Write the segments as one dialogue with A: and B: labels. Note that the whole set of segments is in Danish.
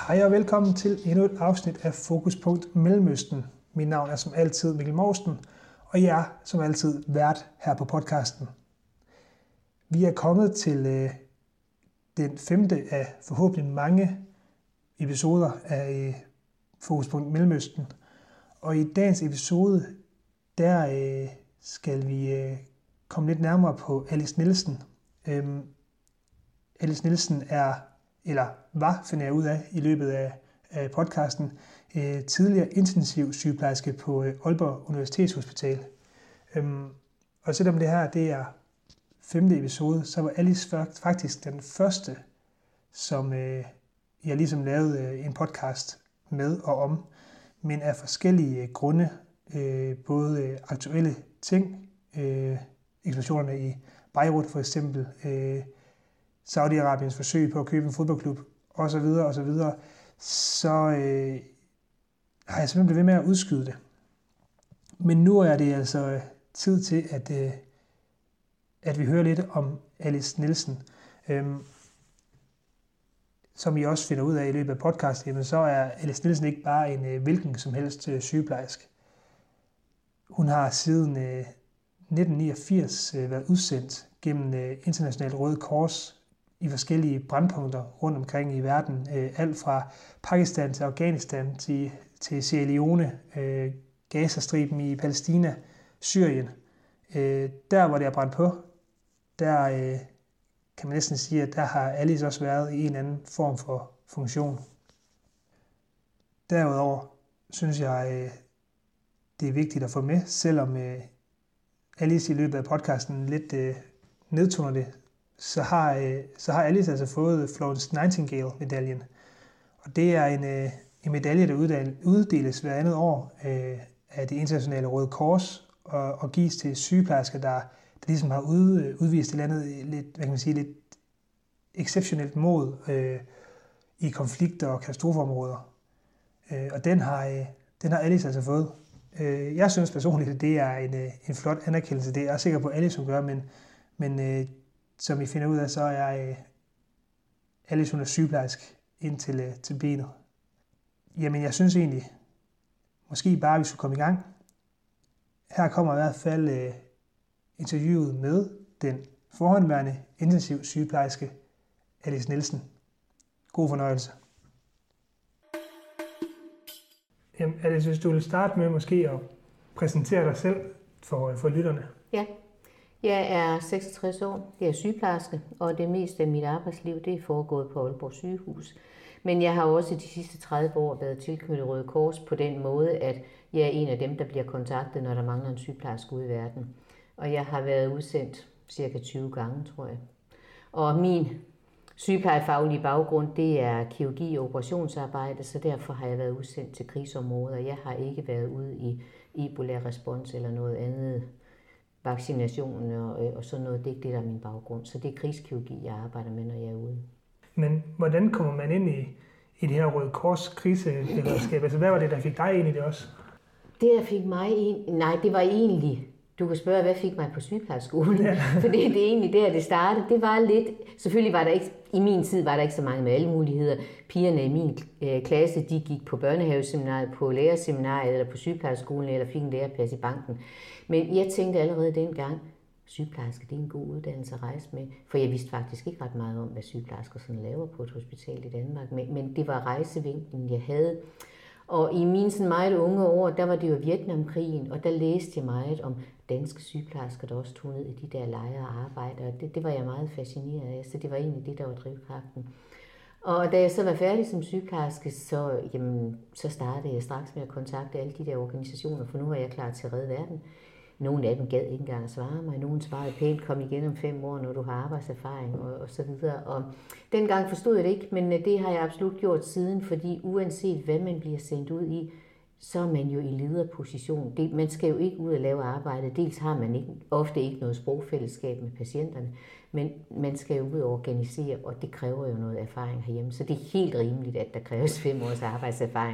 A: Hej og velkommen til endnu et afsnit af Fokuspunkt Mellemøsten. Mit navn er som altid Mikkel Morsten, og jeg er som altid vært her på podcasten. Vi er kommet til den 5. af forhåbentlig mange episoder af Fokuspunkt Mellemøsten. Og i dagens episode, der skal vi komme lidt nærmere på Alice Nielsen. Alice Nielsen var, finder jeg ud af i løbet af podcasten, tidligere intensivsygeplejerske på Aalborg Universitetshospital. Og selvom det her det er 5. episode, så var Alice faktisk den første, som jeg ligesom lavede en podcast med og om, men af forskellige grunde, både aktuelle ting, eksplosionerne i Beirut for eksempel, Saudi-Arabiens forsøg på at købe en fodboldklub, osv., så har jeg simpelthen blevet ved med at udskyde det. Men nu er det altså tid til, at vi hører lidt om Alice Nielsen. Som I også finder ud af i løbet af podcasten, så er Alice Nielsen ikke bare en hvilken som helst sygeplejerske. Hun har siden 1989 været udsendt gennem Internationalt Røde Kors i forskellige brandpunkter rundt omkring i verden. Alt fra Pakistan til Afghanistan til Sierra Leone, Gazastriben i Palæstina, Syrien. Der hvor det er brændt på, der kan man næsten sige, at der har Alice også været i en anden form for funktion. Derudover synes jeg, det er vigtigt at få med, selvom Alice i løbet af podcasten lidt nedtoner det, så har Alice altså fået Florence Nightingale-medaljen. Og det er en medalje, der uddeles hver andet år af det Internationale Røde Kors og gives til sygeplejersker, der ligesom har udvist et eller andet lidt exceptionelt mod i konflikter og katastrofeområder. Og den har Alice altså fået. Jeg synes personligt, at det er en flot anerkendelse. Det er jeg sikker på, at Alice som gør, men som I finder ud af, så er Alice hun er sygeplejerske ind til benet. Jamen, jeg synes egentlig, måske bare, vi skulle komme i gang. Her kommer i hvert fald interviewet med den forhåndværende intensiv sygeplejerske Alice Nielsen. God fornøjelse. Jamen, Alice, hvis du vil starte med måske at præsentere dig selv for lytterne.
B: Ja, jeg er 66 år, jeg er sygeplejerske, og det meste af mit arbejdsliv det er foregået på Aalborg Sygehus. Men jeg har også de sidste 30 år været tilknyttet Røde Kors på den måde, at jeg er en af dem, der bliver kontaktet, når der mangler en sygeplejerske ude i verden. Og jeg har været udsendt cirka 20 gange, tror jeg. Og min sygeplejefaglige baggrund, det er kirurgi og operationsarbejde, så derfor har jeg været udsendt til krigsområder. Jeg har ikke været ude i Ebola-respons eller noget andet, vaccination og sådan noget. Det er ikke det, der er min baggrund. Så det er krigskirurgi, jeg arbejder med, når jeg er ude.
A: Men hvordan kommer man ind i det her Røde Kors kriseberedskab? Altså, hvad var det, der fik dig ind i det også?
B: Det, der fik mig ind... Nej, det var egentlig... Du kan spørge, hvad fik mig på sygeplejeskolen? Ja. For det er egentlig der, det startede. Det var lidt... Selvfølgelig var der ikke... I min tid var der ikke så mange med alle muligheder. Pigerne i min klasse, de gik på børnehaveseminariet, på lærerseminariet eller på sygeplejeskolen, eller fik en læreplads i banken. Men jeg tænkte allerede dengang, sygeplejerske, det er en god uddannelse at rejse med. For jeg vidste faktisk ikke ret meget om, hvad sygeplejersker sådan laver på et hospital i Danmark. Men det var rejsevinklen, jeg havde. Og i mine sådan meget unge år, der var det jo Vietnamkrigen, og der læste jeg meget om danske sygeplejersker, der også tog ned i de der lejre og arbejder. Og det var jeg meget fascineret af, så det var egentlig det, der var drivkraften. Og da jeg så var færdig som sygeplejerske, så startede jeg straks med at kontakte alle de der organisationer, for nu var jeg klar til at redde verden. Nogle af dem gad ikke engang at svare mig, nogle svarede pænt, kom igen om 5 år, når du har arbejdserfaring og så videre. Og dengang forstod jeg det ikke, men det har jeg absolut gjort siden, fordi uanset hvad man bliver sendt ud i, så er man jo i lederposition. Man skal jo ikke ud og lave arbejde. Dels har man ofte ikke noget sprogfællesskab med patienterne, men man skal jo ud og organisere, og det kræver jo noget erfaring herhjemme. Så det er helt rimeligt, at der kræves 5 års arbejdserfaring.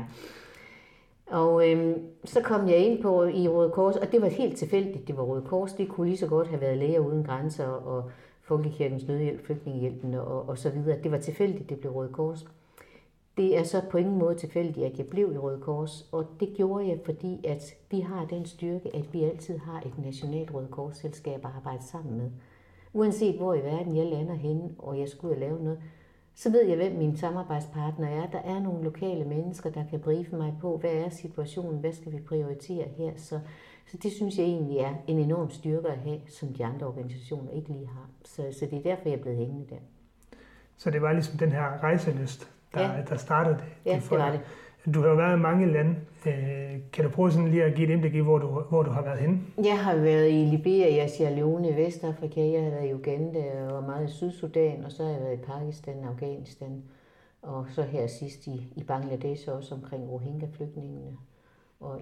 B: Og så kom jeg ind i Røde Kors, og det var helt tilfældigt, det var Røde Kors. Det kunne lige så godt have været Læger Uden Grænser og Folkekirkens Nødhjælp, Flygtningehjælpen og så videre. Det var tilfældigt, det blev Røde Kors. Det er så på ingen måde tilfældigt, at jeg blev i Røde Kors, og det gjorde jeg, fordi at vi har den styrke, at vi altid har et nationalt Røde Kors-selskab at arbejde sammen med. Uanset hvor i verden jeg lander henne, og jeg skal ud og lave noget, så ved jeg, hvem mine samarbejdspartnere er. Der er nogle lokale mennesker, der kan briefe mig på, hvad er situationen, hvad skal vi prioritere her. Så det synes jeg egentlig er en enorm styrke at have, som de andre organisationer ikke lige har. Så det er derfor, jeg er blevet hængende der.
A: Så det var ligesom den her rejselyst, der startede det?
B: Ja, det var det.
A: Du har jo været i mange lande. Kan du prøve sådan lige at give et indblik i, hvor du har været henne?
B: Jeg har været i Liberia, Sierra Leone i Vestafrika, jeg har været i Uganda og meget i Sydsudan, og så har jeg været i Pakistan, Afghanistan, og så her sidst i Bangladesh også omkring Rohingya-flygtningene, og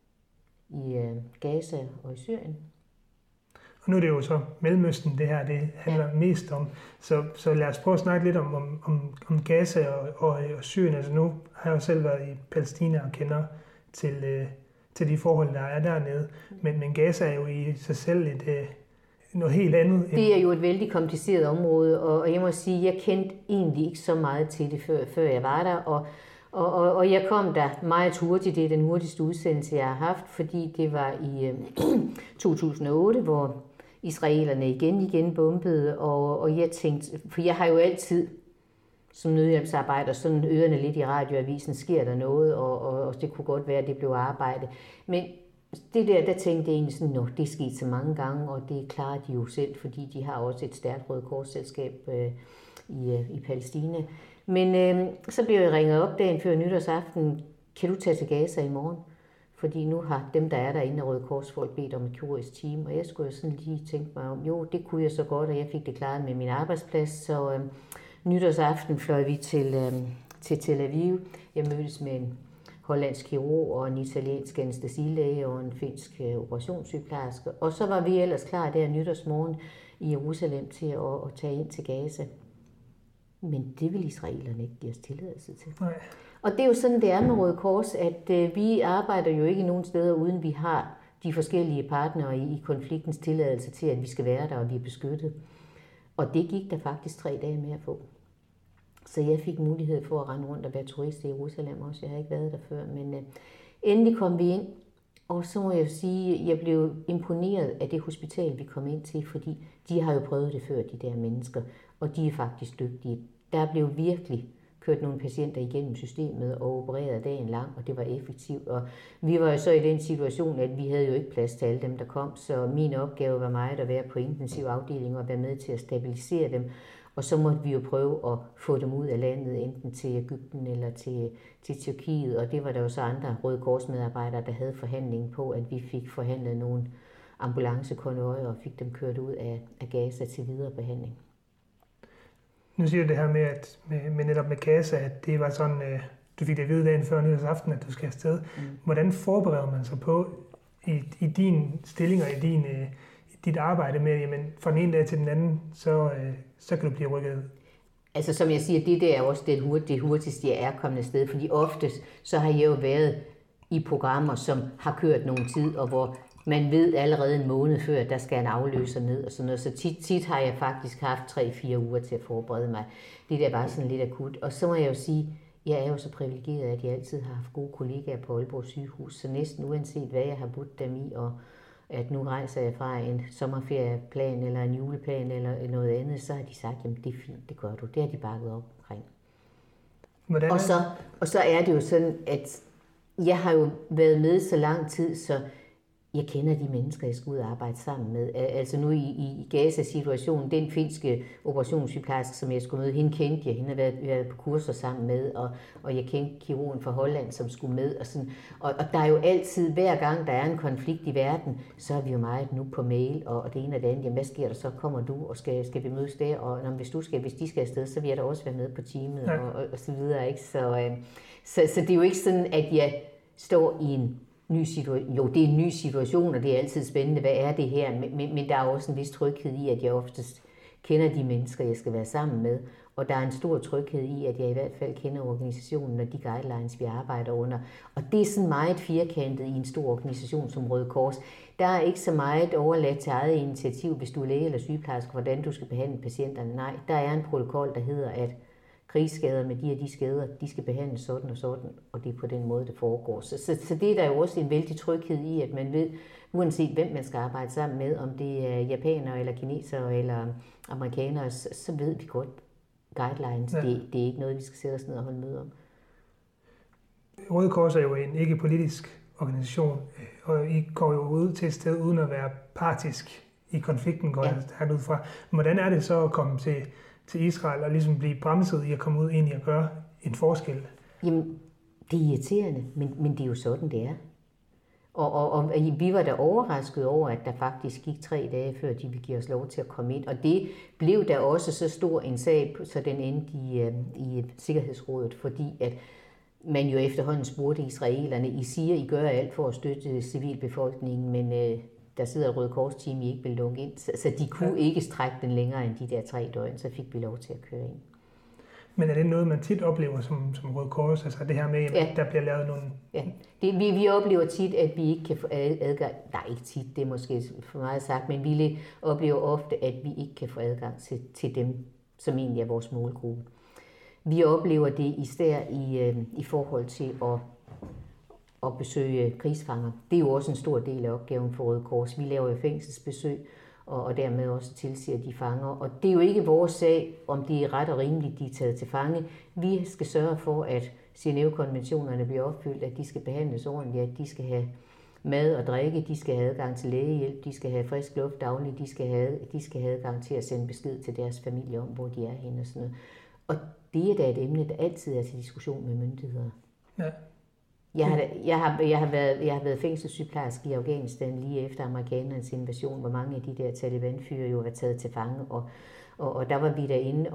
B: i Gaza og i Syrien.
A: Og nu er det jo så Mellemøsten, det her det handler mest om. Så lad os prøve at snakke lidt om Gaza og Syrien. Altså nu har jeg jo selv været i Palæstina og kender til de forhold, der er dernede. Men Gaza er jo i sig selv noget helt andet.
B: Det er jo et vældig kompliceret område, og jeg må sige, jeg kendte egentlig ikke så meget til det, før jeg var der. Og jeg kom der meget hurtigt. Det er den hurtigste udsendelse, jeg har haft, fordi det var i 2008, hvor israelerne igen bombede, og jeg tænkte, for jeg har jo altid som nødhjælpsarbejder sådan ørerne lidt i radioavisen, sker der noget, og det kunne godt være, at det blev arbejde. Men det der tænkte jeg egentlig sådan, det er sket så mange gange, og det klarer de jo selv, fordi de har også et stærkt Røde Kors-selskab i Palæstina. Men så blev jeg ringet op dagen før nytårsaften, kan du tage til Gaza i morgen? Fordi nu har dem, der er derinde af Røde Kors folk bedt om et kirurgisk team, og jeg skulle jo sådan lige tænke mig om, jo, det kunne jeg så godt, og jeg fik det klaret med min arbejdsplads, så nytårsaften fløj vi til Tel Aviv. Jeg mødtes med en hollandsk kirurg og en italiensk anæstesilæge og en finsk operationssygeplejerske, og så var vi ellers klar der nytårsmorgen i Jerusalem til at tage ind til Gaza. Men det vil israelerne ikke give os tilladelse til.
A: Nej.
B: Og det er jo sådan, det er med Røde Kors, at vi arbejder jo ikke nogen steder, uden vi har de forskellige partnere i konfliktens tilladelse til, at vi skal være der, og vi er beskyttet. Og det gik der faktisk 3 dage med at få. Så jeg fik mulighed for at rende rundt og være turist i Jerusalem også. Jeg har ikke været der før, men endelig kom vi ind. Og så må jeg sige, at jeg blev imponeret af det hospital, vi kom ind til, fordi de har jo prøvet det før, de der mennesker, og de er faktisk dygtige. Der blev virkelig kørt nogle patienter igennem systemet og opereret dagen lang, og det var effektivt. Og vi var jo så i den situation, at vi havde jo ikke plads til alle dem, der kom, så min opgave var meget at være på intensiv afdeling og være med til at stabilisere dem. Og så måtte vi jo prøve at få dem ud af landet, enten til Egypten eller til Tyrkiet. Og det var der jo så andre Røde Kors-medarbejdere, der havde forhandling på, at vi fik forhandlet nogle ambulancekonvojer og fik dem kørt ud af Gaza til videre behandling.
A: Nu siger du det her med netop med Gaza, at det var sådan, du fik det at vide dagen før nytårsaften, at du skal afsted. Hvordan forbereder man sig på i din stilling og i dit arbejde med, jamen fra den ene dag til den anden, så kan du blive rykket? Altså
B: som jeg siger, det der er også det hurtigste, jeg er kommet afsted, fordi oftest så har jeg jo været i programmer, som har kørt nogle tid, og hvor man ved allerede en måned før, der skal en afløser ned og sådan noget. Så tit har jeg faktisk haft 3-4 uger til at forberede mig. Det er bare sådan lidt akut. Og så må jeg jo sige, jeg er jo så privilegeret, at jeg altid har haft gode kollegaer på Aalborg Sygehus. Så næsten uanset hvad jeg har budt dem i, og at nu rejser jeg fra en sommerferieplan eller en juleplan eller noget andet, så har de sagt, jamen det er fint, det gør du. Det har de bakket op omkring. Og så er det jo sådan, at jeg har jo været med så lang tid, så jeg kender de mennesker, jeg skal ud og arbejde sammen med. Altså nu i Gaza-situationen, den finske operationssygeplejerske, som jeg skulle møde, hende kendte jeg. Hende har været på kurser sammen med, og jeg kendte kirurgen fra Holland, som skulle med. Og der er jo altid, hver gang der er en konflikt i verden, så er vi jo meget nu på mail, og det ene og det andet. Jamen, hvad sker der så? Kommer du, og skal vi mødes der? Og hvis de skal afsted, så vil jeg da også være med på teamet, og så videre. Ikke? Så det er jo ikke sådan, at jeg står i en ny situation. Jo, det er en ny situation, og det er altid spændende. Hvad er det her? Men der er også en vis tryghed i, at jeg oftest kender de mennesker, jeg skal være sammen med. Og der er en stor tryghed i, at jeg i hvert fald kender organisationen og de guidelines, vi arbejder under. Og det er sådan meget firkantet i en stor organisation som Røde Kors. Der er ikke så meget overladt til eget initiativ, hvis du er læge eller sygeplejerske, hvordan du skal behandle patienterne. Nej, der er en protokol, der hedder, at krigsskader med de og de skader, de skal behandles sådan og sådan, og det er på den måde, det foregår. Så det er der jo også en vældig tryghed i, at man ved, uanset hvem man skal arbejde sammen med, om det er japanere eller kinesere eller amerikanere, så ved vi godt guidelines. Ja. Det er ikke noget, vi skal sætte os ned og holde møde om.
A: Røde Kors er jo en ikke-politisk organisation, og I går jo ud til et sted uden at være partisk i konflikten, går jeg herud fra. Hvordan er det så at komme til Israel og ligesom blive bremset i at komme ud ind i at gøre en forskel?
B: Jamen, det er irriterende, men det er jo sådan, det er. Og vi var da overrasket over, at der faktisk gik 3 dage, før de ville give os lov til at komme ind. Og det blev da også så stor en sag, så den endte i Sikkerhedsrådet, fordi at man jo efterhånden spurgte israelerne, I siger, I gør alt for at støtte civilbefolkningen, men der sidder et Røde Kors-team, I ikke vil lukke ind. Så de kunne ikke strække den længere end de der 3 døgn, så fik vi lov til at køre ind.
A: Men er det noget, man tit oplever som Røde Kors? Altså det her med, at der bliver lavet nogle...
B: Ja, vi oplever tit, at vi ikke kan få adgang... Nej, ikke tit, det er måske for meget sagt, men vi oplever ofte, at vi ikke kan få adgang til dem, som egentlig er vores målgruppe. Vi oplever det især i forhold til at besøge krigsfanger. Det er jo også en stor del af opgaven for Røde Kors. Vi laver jo fængselsbesøg, og dermed også tilsiger de fanger. Og det er jo ikke vores sag, om det er ret og rimeligt, de er taget til fange. Vi skal sørge for, at Genève-konventionerne bliver opfyldt, at de skal behandles ordentligt, at de skal have mad og drikke, de skal have adgang til lægehjælp, de skal have frisk luft dagligt, de skal have adgang til at sende besked til deres familie om, hvor de er henne og sådan noget. Og det er da et emne, der altid er til diskussion med myndigheder. Ja. Jeg har været fængselssygeplejerske i Afghanistan lige efter amerikanernes invasion, hvor mange af de der Taliban-fyre jo var taget til fange, og der var vi derinde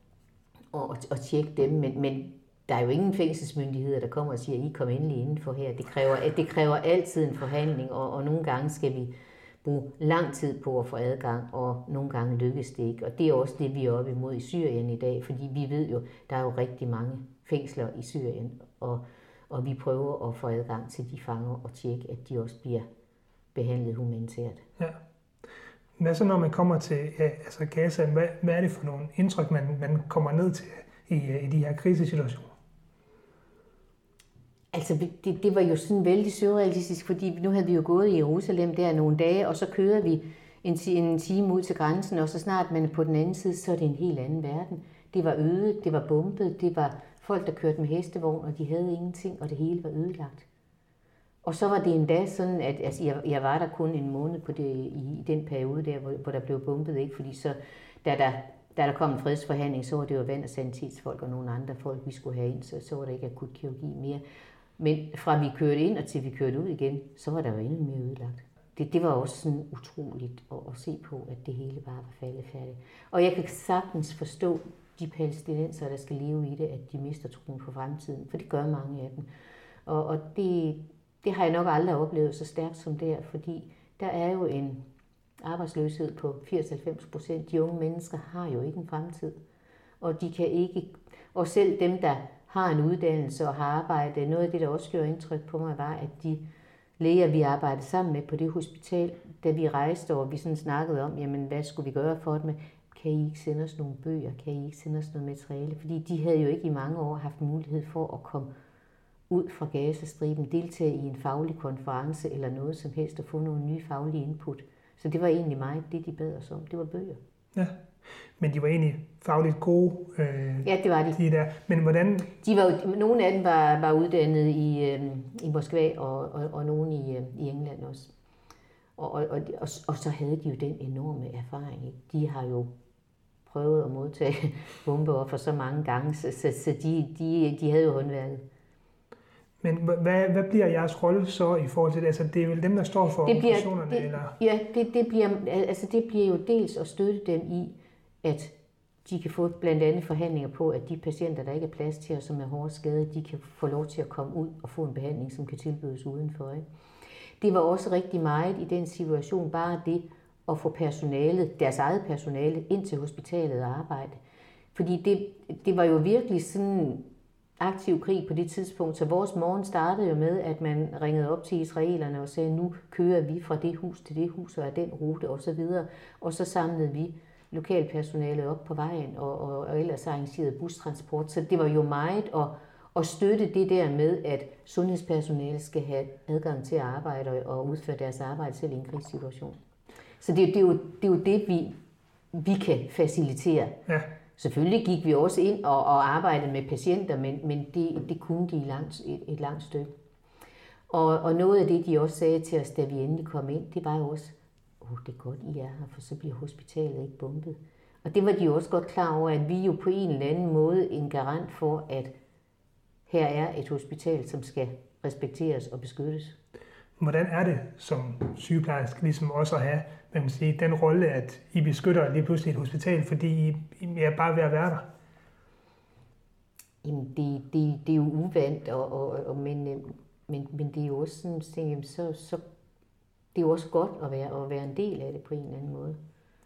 B: og tjekke dem, men der er jo ingen fængselsmyndigheder, der kommer og siger, I kom endelig indenfor her. Det kræver altid en forhandling, og nogle gange skal vi bruge lang tid på at få adgang, og nogle gange lykkes det ikke. Og det er også det, vi er oppe imod i Syrien i dag, fordi vi ved jo, der er jo rigtig mange fængsler i Syrien, og vi prøver at få adgang til de fanger og tjekke, at de også bliver behandlet humanitært. Ja.
A: Hvad så, når man kommer til Gaza? Hvad er det for nogle indtryk, man kommer ned til i de her krisesituationer?
B: Altså, det var jo sådan vældig surrealistisk, fordi nu havde vi jo gået i Jerusalem der nogle dage, og så kører vi en time ud til grænsen, og så snart man er på den anden side, så er det en helt anden verden. Det var øde, det var bombet, det var folk, der kørte med hestevogn, og de havde ingenting, og det hele var ødelagt. Og så var det endda sådan, at altså, jeg var der kun en måned på det, i den periode der, hvor der blev bombet, ikke? Fordi så, da der kom en fredsforhandling, så var det jo vand- og sanitetsfolk og nogle andre folk, vi skulle have ind, så var der ikke akut kirurgi mere. Men fra vi kørte ind og til vi kørte ud igen, så var der jo endnu mere ødelagt. Det var også sådan utroligt at se på, at det hele bare var færdigt. Og jeg kan sagtens forstå de palæstinensere, der skal leve i det, at de mister troen på fremtiden, for det gør mange af dem. Og det har jeg nok aldrig oplevet så stærkt som der, fordi der er jo en arbejdsløshed på 80-90%. De unge mennesker har jo ikke en fremtid, og de kan ikke, og selv dem, der har en uddannelse og har arbejdet, noget af det, der også gjorde indtryk på mig, var, at de læger, vi arbejdede sammen med på det hospital, da vi rejste, og vi sådan snakkede om, jamen, hvad skulle vi gøre for dem? Kan I ikke sende os nogle bøger? Kan I ikke sende os noget materiale? Fordi de havde jo ikke i mange år haft mulighed for at komme ud fra Gazastriben, deltage i en faglig konference eller noget som helst, og få nogle nye faglige input. Så det var egentlig meget det, de bad os om. Det var bøger. Ja,
A: men de var egentlig fagligt gode.
B: Ja, det var de.
A: De der. Men hvordan...
B: Nogle af dem var uddannet i Moskva, og nogle i England også. Og så havde de jo den enorme erfaring. Ikke? De har jo prøvet at modtage bombeoffer så mange gange, så de havde jo håndværket.
A: Men hvad bliver jeres rolle så i forhold til det? Altså, det er vel dem, der står for operationerne?
B: Ja, det bliver jo dels at støtte dem i, at de kan få blandt andet forhandlinger på, at de patienter, der ikke er plads til, og som er hårdt skadet, de kan få lov til at komme ud og få en behandling, som kan tilbydes udenfor. Ikke? Det var også rigtig meget i den situation, bare det at få personalet, deres eget personale, ind til hospitalet og arbejde. Fordi det var jo virkelig sådan aktiv krig på det tidspunkt, så vores morgen startede jo med, at man ringede op til israelerne og sagde, nu kører vi fra det hus til det hus, og er den rute osv. Og så samlede vi lokalpersonalet op på vejen, og ellers arrangerede bustransport. Så det var jo meget at støtte det der med, at sundhedspersonalet skal have adgang til at arbejde og udføre deres arbejde selv i en krigssituation. Så det er jo det, vi kan facilitere.
A: Ja.
B: Selvfølgelig gik vi også ind og arbejdede med patienter, men det kunne de et langt stykke. Og noget af det, de også sagde til os, da vi endelig kom ind, det var jo også, det er godt, I er her, for så bliver hospitalet ikke bombet. Og det var de jo også godt klar over, at vi jo på en eller anden måde en garant for, at her er et hospital, som skal respekteres og beskyttes.
A: Hvordan er det som sygeplejerske ligesom også at have, hvad man siger, den rolle, at I beskytter lige pludselig et hospital, fordi I er bare ved at være der?
B: Jamen, det er jo uvandt, men det er jo også sådan, jamen, så det er jo også godt at være en del af det på en eller anden måde.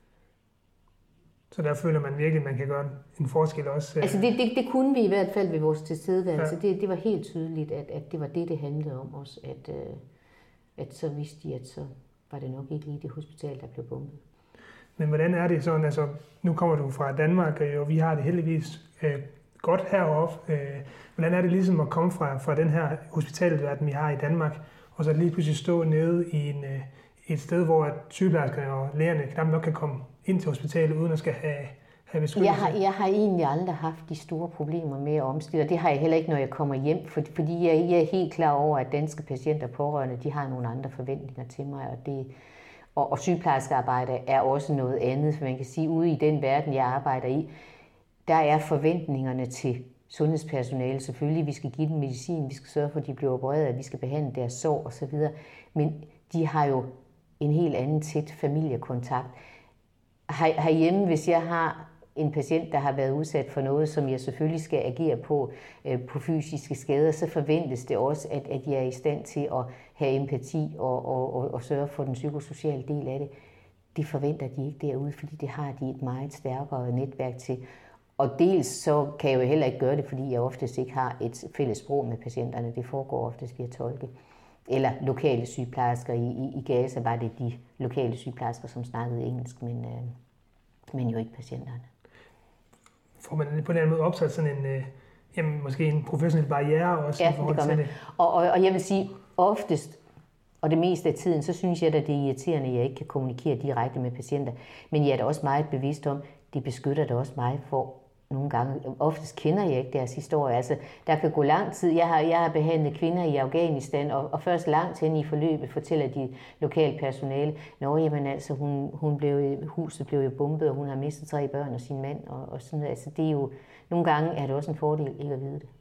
A: Så der føler man virkelig, at man kan gøre en forskel også?
B: Altså det kunne vi i hvert fald ved vores tilstedeværelse. Ja. Det var helt tydeligt, at det var det handlede om os, at så vidste de, at så var det nok ikke lige det hospital, der blev bombet.
A: Men hvordan er det sådan, altså nu kommer du fra Danmark, og vi har det heldigvis godt heroppe. Hvordan er det ligesom at komme fra den her hospitalverden, vi har i Danmark, og så lige pludselig stå nede i et sted, hvor sygeplejerskerne og lægerne knap nok kan komme ind til hospitalet, uden at skal have beskyttelse?
B: Jeg har egentlig aldrig haft de store problemer med at omstille, og det har jeg heller ikke, når jeg kommer hjem, fordi jeg er helt klar over, at danske patienter og pårørende, de har nogle andre forventninger til mig, og sygeplejerskearbejde er også noget andet, for man kan sige, ude i den verden, jeg arbejder i, der er forventningerne til sundhedspersonale selvfølgelig, vi skal give dem medicin, vi skal sørge for, at de bliver opereret, vi skal behandle deres sorg osv., men de har jo en helt anden tæt familiekontakt. Herhjemme, hvis jeg har en patient, der har været udsat for noget, som jeg selvfølgelig skal agere på fysiske skader, så forventes det også, at jeg er i stand til at have empati og sørge for den psykosociale del af det. Det forventer de ikke derude, fordi det har de et meget stærkere netværk til. Og dels så kan jeg jo heller ikke gøre det, fordi jeg oftest ikke har et fælles sprog med patienterne. Det foregår oftest via tolke. Eller lokale sygeplejersker. I Gaza var det de lokale sygeplejersker, som snakkede engelsk, men jo ikke patienterne.
A: Får man på en eller anden måde opsat sådan måske en professionel barriere også?
B: Ja, det gør man. Og jeg vil sige, oftest, og det meste af tiden, så synes jeg, at det er irriterende, at jeg ikke kan kommunikere direkte med patienter. Men jeg er da også meget bevidst om, det beskytter det også mig for nogle gange. Oftest kender jeg ikke deres historie. Altså, der kan gå lang tid. Jeg har behandlet kvinder i Afghanistan, og først langt hen i forløbet fortæller de lokale personale, huset blev jo bombet, og hun har mistet 3 børn og sin mand, og sådan noget. Altså, det er jo, nogle gange er det også en fordel ikke at vide det.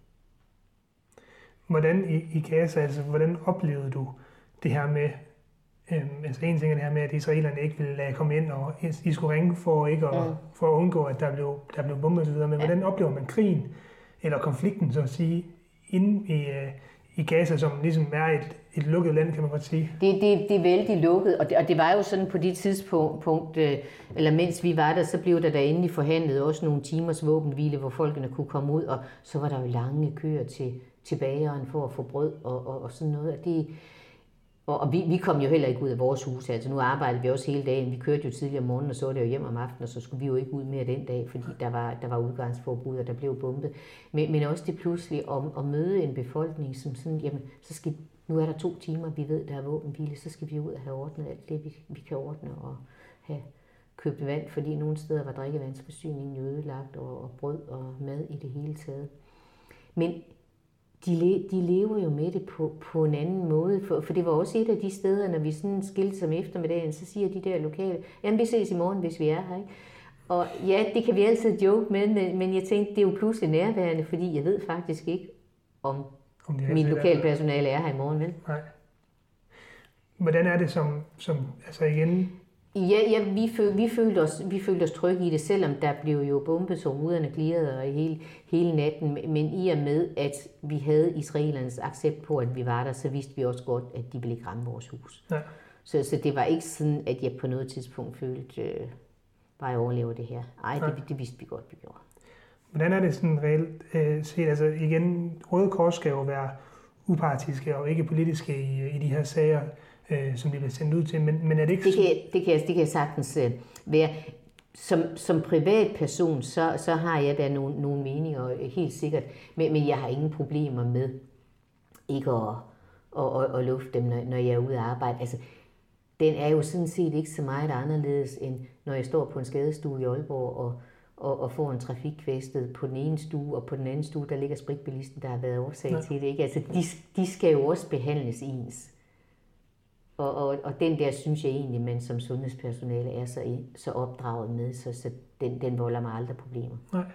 A: Hvordan i Gaza, altså, hvordan oplevede du det her med, altså en ting er det her med, at israelerne ikke ville lade komme ind, og I skulle ringe for ikke for at undgå, at der blev bombet osv., men hvordan oplever man krigen, eller konflikten, så at sige, inde i Gaza, som ligesom er et lukket land, kan man godt sige?
B: Det er vældig lukket, og det var jo sådan på det tidspunkt, eller mens vi var der, så blev der endelig forhandlet også nogle timers våbenhvile, hvor folkene kunne komme ud, og så var der jo lange køer til bageren for at få brød og sådan noget. Og vi kom jo heller ikke ud af vores hus, altså nu arbejdede vi også hele dagen. Vi kørte jo tidligere om morgenen, og så var det jo hjem om aftenen, og så skulle vi jo ikke ud mere den dag, fordi der var udgangsforbud, og der blev bombet. Men også det pludselig at møde en befolkning, som sådan, jamen, nu er der 2 timer, vi ved, der er våbenhvile, så skal vi ud og have ordnet alt det, vi kan ordne, og have købt vand, fordi nogle steder var drikkevandsforsyningen jo ødelagt, og brød og mad i det hele taget. Men de lever jo med det på en anden måde, for det var også et af de steder, når vi sådan skilte om eftermiddagen, så siger de der lokale, jamen vi ses i morgen, hvis vi er her, ikke? Og ja, det kan vi altid joke med, men jeg tænkte, det er jo pludselig nærværende, fordi jeg ved faktisk ikke, om mit lokalpersonale er her i morgen, vel?
A: Nej. Hvordan er det som altså igen?
B: Ja, vi følte os trygge i det, selvom der blev jo bombet, så ruderne klirrede og hele natten. Men i og med, at vi havde israelernes accept på, at vi var der, så vidste vi også godt, at de ville ikke ramme vores hus. Ja. Så det var ikke sådan, at jeg på noget tidspunkt følte, bare jeg overlever det her. Det vidste vi godt, vi gjorde.
A: Hvordan er det sådan reelt set? Altså igen, Røde Kors skal jo være upartiske og ikke politiske i de her sager, som de bliver sendt ud til, men er det ikke
B: det kan sagtens være. som privatperson, så har jeg da nogle meninger, helt sikkert. Men jeg har ingen problemer med ikke at lufte dem, når jeg er ude at arbejde. Altså, den er jo sådan set ikke så meget anderledes, end når jeg står på en skadestue i Aalborg og får en trafikkvæstet på den ene stue, og på den anden stue, der ligger spritbilisten, der har været årsag til det. Ikke? Altså, de skal jo også behandles ens. Og den der, synes jeg egentlig, man som sundhedspersonale er så opdraget med, så den volder mig aldrig problemer.
A: Nej.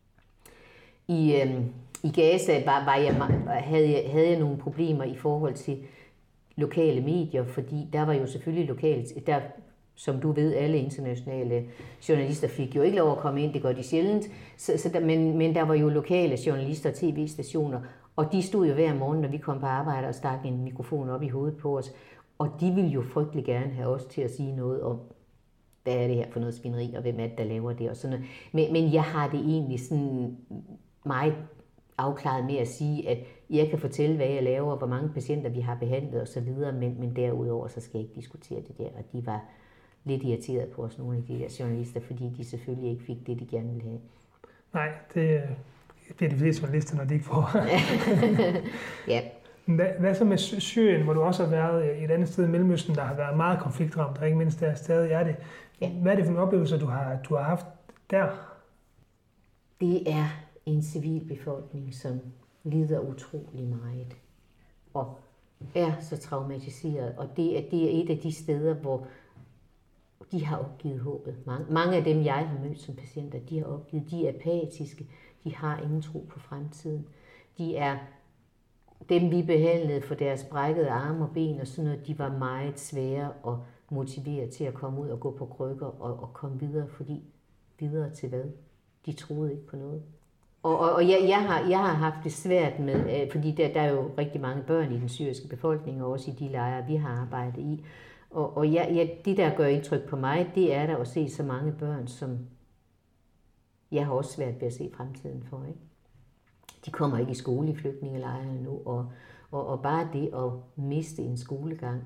B: I Gaza havde jeg nogle problemer i forhold til lokale medier, fordi der var jo selvfølgelig som du ved, alle internationale journalister fik jo ikke lov at komme ind, det gør de sjældent, men der var jo lokale journalister og tv-stationer, og de stod jo hver morgen, når vi kom på arbejde, og stak en mikrofon op i hovedet på os, og de ville jo frygtelig gerne have os til at sige noget om, hvad er det her for noget svineri, og hvem er det, der laver det, og sådan noget. Men jeg har det egentlig sådan meget afklaret med at sige, at jeg kan fortælle, hvad jeg laver, og hvor mange patienter vi har behandlet osv., men derudover så skal jeg ikke diskutere det der, og de var lidt irriteret på os, nogle af de der journalister, fordi de selvfølgelig ikke fik det, de gerne ville have.
A: Nej, det bliver de fleste journalister, når de ikke får.
B: Ja.
A: Hvad så med Syrien, hvor du også har været i et andet sted i Mellemøsten, der har været meget konfliktramt, og ikke mindst der stadig er det. Ja. Hvad er det for nogle oplevelser, du har haft der?
B: Det er en civilbefolkning, som lider utrolig meget, og er så traumatiseret, og det er et af de steder, hvor de har opgivet håbet. Mange af dem, jeg har mødt som patienter, de har opgivet, de er apatiske, de har ingen tro på fremtiden. De er dem, vi behandlede for deres brækkede arme og ben og sådan noget, de var meget svære at motivere til at komme ud og gå på krykker og komme videre, fordi videre til hvad? De troede ikke på noget. Og jeg har haft det svært med, fordi der er jo rigtig mange børn i den syriske befolkning, og også i de lejre, vi har arbejdet i. Og det, der gør indtryk på mig, det er der at se så mange børn, som jeg har også svært ved at se fremtiden for. Ikke? De kommer ikke i skole i flygtningelejrene nu, og bare det at miste en skolegang,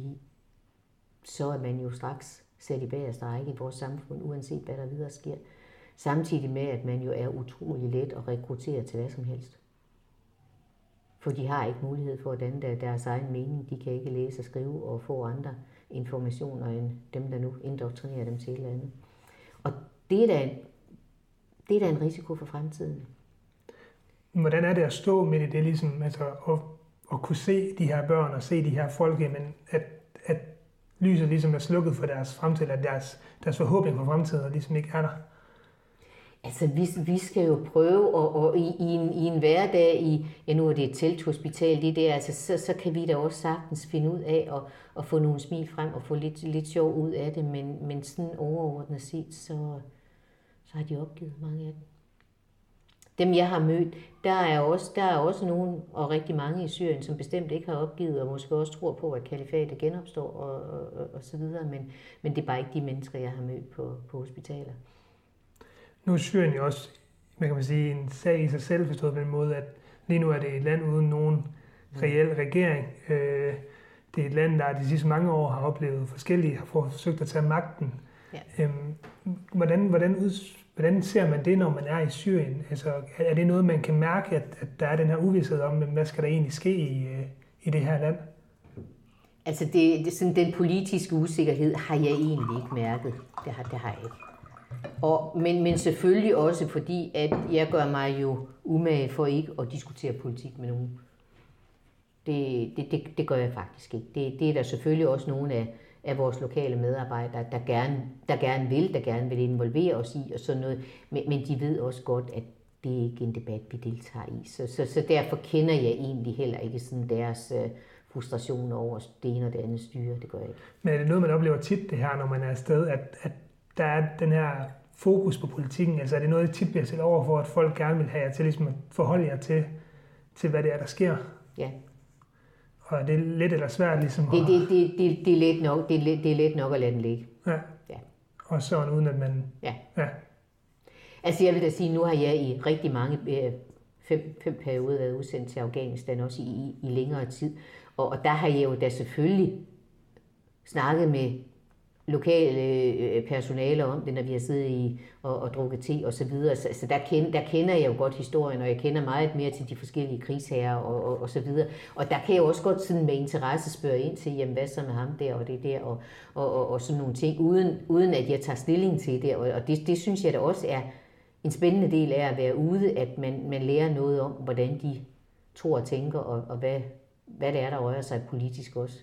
B: så er man jo straks sat i bagerste række i vores samfund, uanset hvad der videre sker. Samtidig med, at man jo er utrolig let at rekruttere til hvad som helst. For de har ikke mulighed for at danne deres egen mening. De kan ikke læse og skrive og få andre informationer end dem, der nu indoktrinerer dem til et eller andet. Og det er da en risiko for fremtiden.
A: Hvordan er det at stå midt i det, ligesom, altså at kunne se de her børn og se de her folk, men at lyset ligesom er slukket for deres fremtid, at deres forhåbning for fremtiden ligesom ikke er der?
B: Altså, vi skal jo prøve, og i en hverdag nu er det et telthospital, det der, altså, så kan vi da også sagtens finde ud af at få nogle smil frem og få lidt sjov ud af det, men sådan overordnet set, så har de opgivet mange af dem. Dem, jeg har mødt, der er også nogen, og rigtig mange i Syrien, som bestemt ikke har opgivet, og måske også tror på, at kalifatet genopstår, og så videre, men det er bare ikke de mennesker, jeg har mødt på hospitaler.
A: Nu er Syrien jo også, hvad kan man sige, en sag i sig selv, forstået på den måde, at lige nu er det et land uden nogen reel regering. Det er et land, der de sidste mange år har oplevet forskellige, har forsøgt at tage magten. Ja. Hvordan ser man det, når man er i Syrien? Altså, er det noget, man kan mærke, at der er den her uvished om, hvad skal der egentlig ske i det her land?
B: Altså, sådan, den politiske usikkerhed har jeg egentlig ikke mærket. Det har jeg ikke. Men selvfølgelig også fordi, at jeg gør mig jo umage for ikke at diskutere politik med nogen. Det gør jeg faktisk ikke. Det er der selvfølgelig også nogle af vores lokale medarbejdere, der gerne vil involvere os i og sådan noget. Men de ved også godt, at det er ikke en debat, vi deltager i. Så derfor kender jeg egentlig heller ikke sådan deres frustrationer over det ene og det andet styre. Det gør jeg ikke. Men
A: er det noget, man oplever tit det her, når man er afsted, at der er den her fokus på politikken? Altså er det noget, I tit bliver set over for, at folk gerne vil have jer til ligesom at forholde jer til hvad det er, der sker?
B: Ja.
A: Og er det let eller svært ligesom?
B: Det er let nok at lade den ligge.
A: Ja. Og sådan uden at man...
B: Ja. Altså jeg vil da sige, nu har jeg i rigtig mange 5 perioder været udsendt til Afghanistan, også i længere tid. Og der har jeg jo da selvfølgelig snakket med lokale personale om det, når vi har siddet og drukket te og så videre. Så der kender jeg jo godt historien, og jeg kender meget mere til de forskellige krigsherrer og så videre. Og der kan jeg også godt sådan med interesse spørge ind til, jamen hvad så med ham der og det der, og sådan nogle ting, uden at jeg tager stilling til det. Og det synes jeg da også er en spændende del af at være ude, at man lærer noget om, hvordan de tror og tænker, og hvad det er, der rører sig politisk også.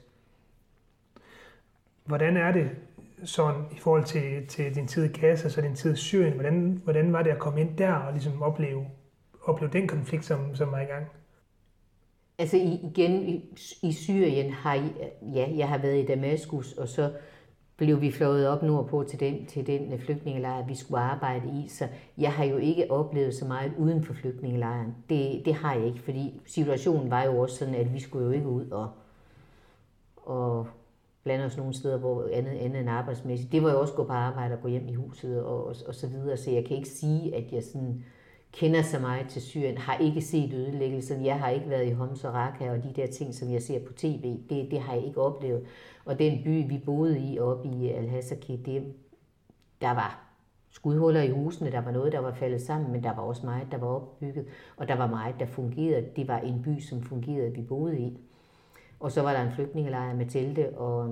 A: Hvordan er det sådan i forhold til din tid i Gaza, så din tid i Syrien? Hvordan var det at komme ind der og ligesom opleve den konflikt, som var i gang?
B: Altså igen, i Syrien jeg har været i Damaskus, og så blev vi fløjet op nordpå til den flygtningelejr, vi skulle arbejde i. Så jeg har jo ikke oplevet så meget uden for flygtningelejren. Det har jeg ikke, fordi situationen var jo også sådan, at vi skulle jo ikke ud og blande os nogle steder, hvor andet end arbejdsmæssigt. Det var jo også gå på arbejde og gå hjem i huset og så videre. Så jeg kan ikke sige, at jeg sådan kender så meget til Syrien, har ikke set ødelæggelsen. Jeg har ikke været i Homs og Raqqa og de der ting, som jeg ser på tv. Det har jeg ikke oplevet. Og den by, vi boede i oppe i Al-Hasaki, der var skudhuller i husene, der var noget, der var faldet sammen, men der var også meget, der var opbygget, og der var meget, der fungerede. Det var en by, som fungerede, vi boede i. Og så var der en flygtningelejr med telte,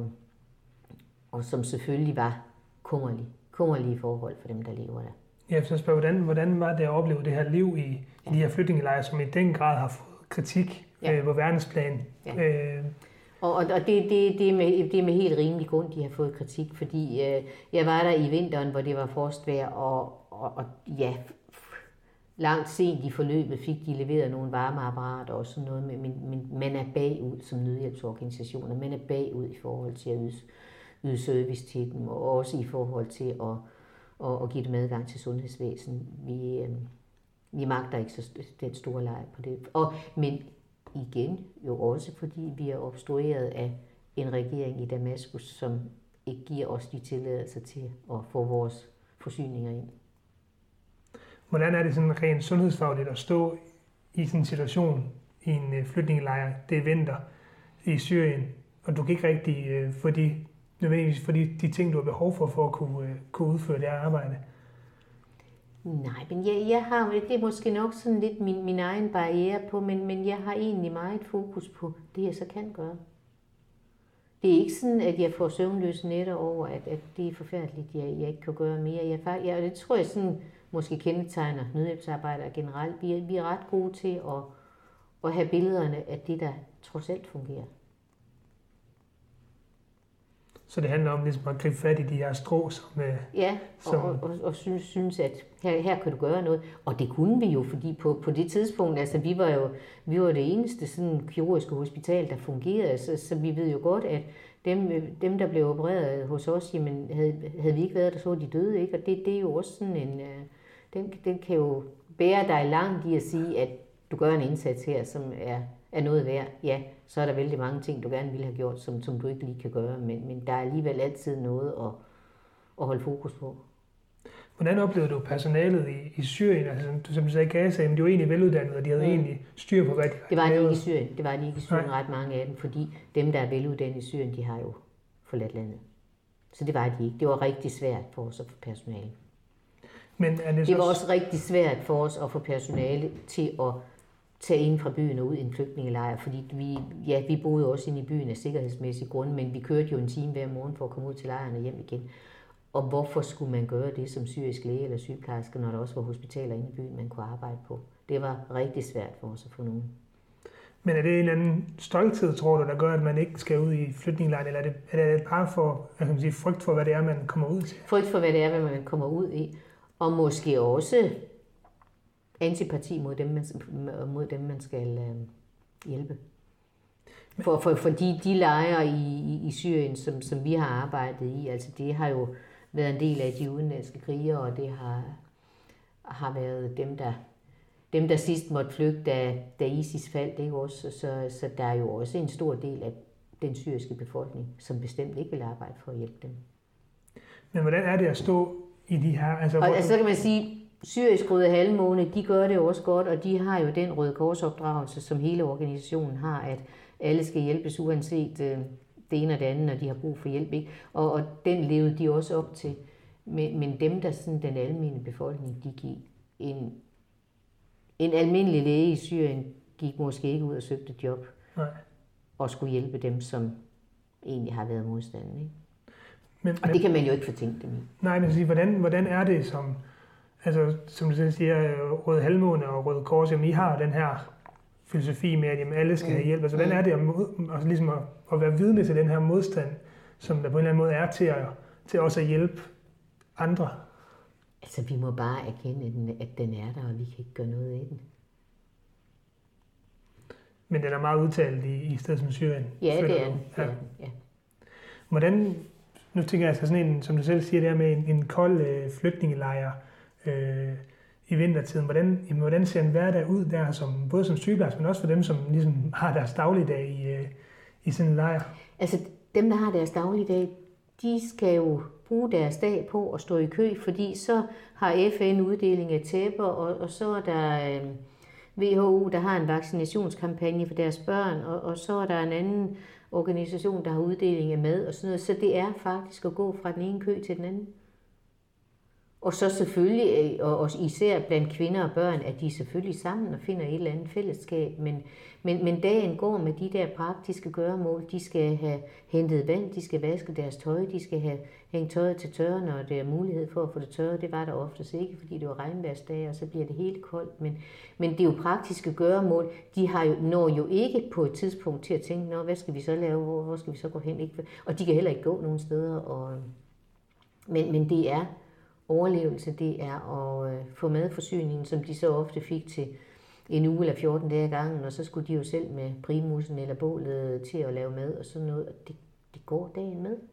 B: og som selvfølgelig var kummerlige forhold for dem, der lever der.
A: Ja, så spørger, hvordan var det at opleve det her liv i de her flygtningelejre, som i den grad har fået kritik på verdensplan?
B: Ja. Og det er med helt rimelig grund, de har fået kritik, fordi jeg var der i vinteren, hvor det var frostvejr, og langt sent i forløbet fik de leveret nogle varmeapparater og sådan noget, men man er bagud som nødhjælpsorganisationer. Man er bagud i forhold til at yde service til dem, og også i forhold til at give dem adgang til sundhedsvæsen. Vi magter ikke den store lejr på det. Men igen jo også, fordi vi er obstrueret af en regering i Damaskus, som ikke giver os de tilladelser til at få vores forsyninger ind.
A: Hvordan er det sådan rent sundhedsfagligt at stå i sådan en situation i en flygtningelejr, det er vinter i Syrien, og du kan ikke rigtig nødvendigvis få de ting, du har behov for at kunne udføre det her arbejde?
B: Nej, men jeg har, det er måske nok sådan lidt min egen barriere på, men jeg har egentlig meget fokus på det, jeg så kan gøre. Det er ikke sådan, at jeg får søvnløse nætter over, at det er forfærdeligt, jeg ikke kan gøre mere. Det tror jeg sådan måske kendetegner nødhjælpsarbejdere generelt. Vi er ret gode til at have billederne af det, der trods alt fungerer.
A: Så det handler om ligesom at gribe fat i de her strå,
B: og synes at her kan du gøre noget. Og det kunne vi jo, fordi på det tidspunkt, altså vi var det eneste sådan kirurgiske hospital, der fungerede, så vi ved jo godt, at dem der blev opereret hos os, jamen havde vi ikke været der, så var de døde, ikke? Og det er jo også sådan en, den kan jo bære dig langt i at sige, at du gør en indsats her, som er noget værd. Ja, så er der vældig mange ting, du gerne ville have gjort, som du ikke lige kan gøre, men der er alligevel altid noget at holde fokus på.
A: Hvordan oplevede du personalet i Syrien? Altså, som du sagde, Gaza, men de var egentlig veluddannede, og de havde egentlig styr på, hvad de
B: Det var de ikke i Syrien. Det var de ikke i Syrien, ret mange af dem, fordi dem, der er veluddannede i Syrien, de har jo forladt landet. Så det var de ikke. Det var rigtig svært for os at få personale.
A: Men
B: det var også rigtig svært for os at få personale til at tage ind fra byen og ud i en flygtningelejr, fordi vi boede også inde i byen af sikkerhedsmæssige grunde, men vi kørte jo en time hver morgen for at komme ud til lejren og hjem igen. Og hvorfor skulle man gøre det som syrisk læge eller sygeplejerske, når der også var hospitaler inde i byen, man kunne arbejde på? Det var rigtig svært for os at få nogen.
A: Men er det en eller anden stolthed, tror du, der gør, at man ikke skal ud i flygtningelejren, eller er det bare for, frygt for, hvad det er, man kommer ud til?
B: Frygt for, hvad det er, hvad man kommer ud i, og måske også antipati mod dem, man skal hjælpe. For de lejre i Syrien, som vi har arbejdet i, altså det har jo været en del af de udenlandske krigere, og det har været dem, der sidst måtte flygte, da ISIS faldt, ikke også? Så der er jo også en stor del af den syriske befolkning, som bestemt ikke vil arbejde for at hjælpe dem.
A: Men hvordan er det at stå i de her...
B: Altså, så kan man sige, Syrisk Røde Halvmåne, de gør det jo også godt, og de har jo den Røde Kors-opdragelse, som hele organisationen har, at alle skal hjælpes uanset det ene og det andet, når de har brug for hjælp, ikke? Og den levede de også op til. Men dem, der sådan den almindelige befolkning, de gik en almindelig læge i Syrien, gik måske ikke ud og søgte et job.
A: Nej.
B: Og skulle hjælpe dem, som egentlig har været modstandere, ikke? Og det kan man jo ikke fortænke dem i.
A: Nej, men hvordan er det som du selv siger, Røde Halvmåne og Røde Kors, jamen I har den her filosofi med, at jamen, alle skal have hjælp. Altså, hvordan er det ligesom at være vidne til den her modstand, som der på en eller anden måde er til også at hjælpe andre?
B: Altså, vi må bare erkende, at den er der, og vi kan ikke gøre noget af den.
A: Men den er meget udtalt i stedet som Syrien.
B: Ja, det er den. Ja.
A: Hvordan, nu tænker jeg sådan en, som du selv siger, der med en kold flygtningelejr i vintertiden. Hvordan ser en hverdag ud der, både som sygeplejerske, men også for dem, som ligesom har deres dagligdag i sådan en lejr?
B: Altså, dem, der har deres dagligdag, de skal jo bruge deres dag på at stå i kø, fordi så har FN uddeling af tæpper, og så er der WHO, der har en vaccinationskampagne for deres børn, og så er der en anden organisation, der har uddeling af mad og sådan noget. Så det er faktisk at gå fra den ene kø til den anden. Og så selvfølgelig, og især blandt kvinder og børn, at de selvfølgelig sammen og finder et eller andet fællesskab. Men dagen går med de der praktiske gøremål. De skal have hentet vand, de skal vaske deres tøj, de skal have hængt tøjet til tørre, når der er mulighed for at få det tørret. Det var der oftest ikke, fordi det var regnværsdage, og så bliver det helt koldt. Men det er jo praktiske gøremål. De når jo ikke på et tidspunkt til at tænke, hvad skal vi så lave, hvor skal vi så gå hen? Og de kan heller ikke gå nogen steder. Men det er overlevelse, det er at få madforsyningen, som de så ofte fik til en uge eller 14 dage ad gangen, og så skulle de jo selv med primusen eller bålet til at lave mad og sådan noget, og det går dagen med.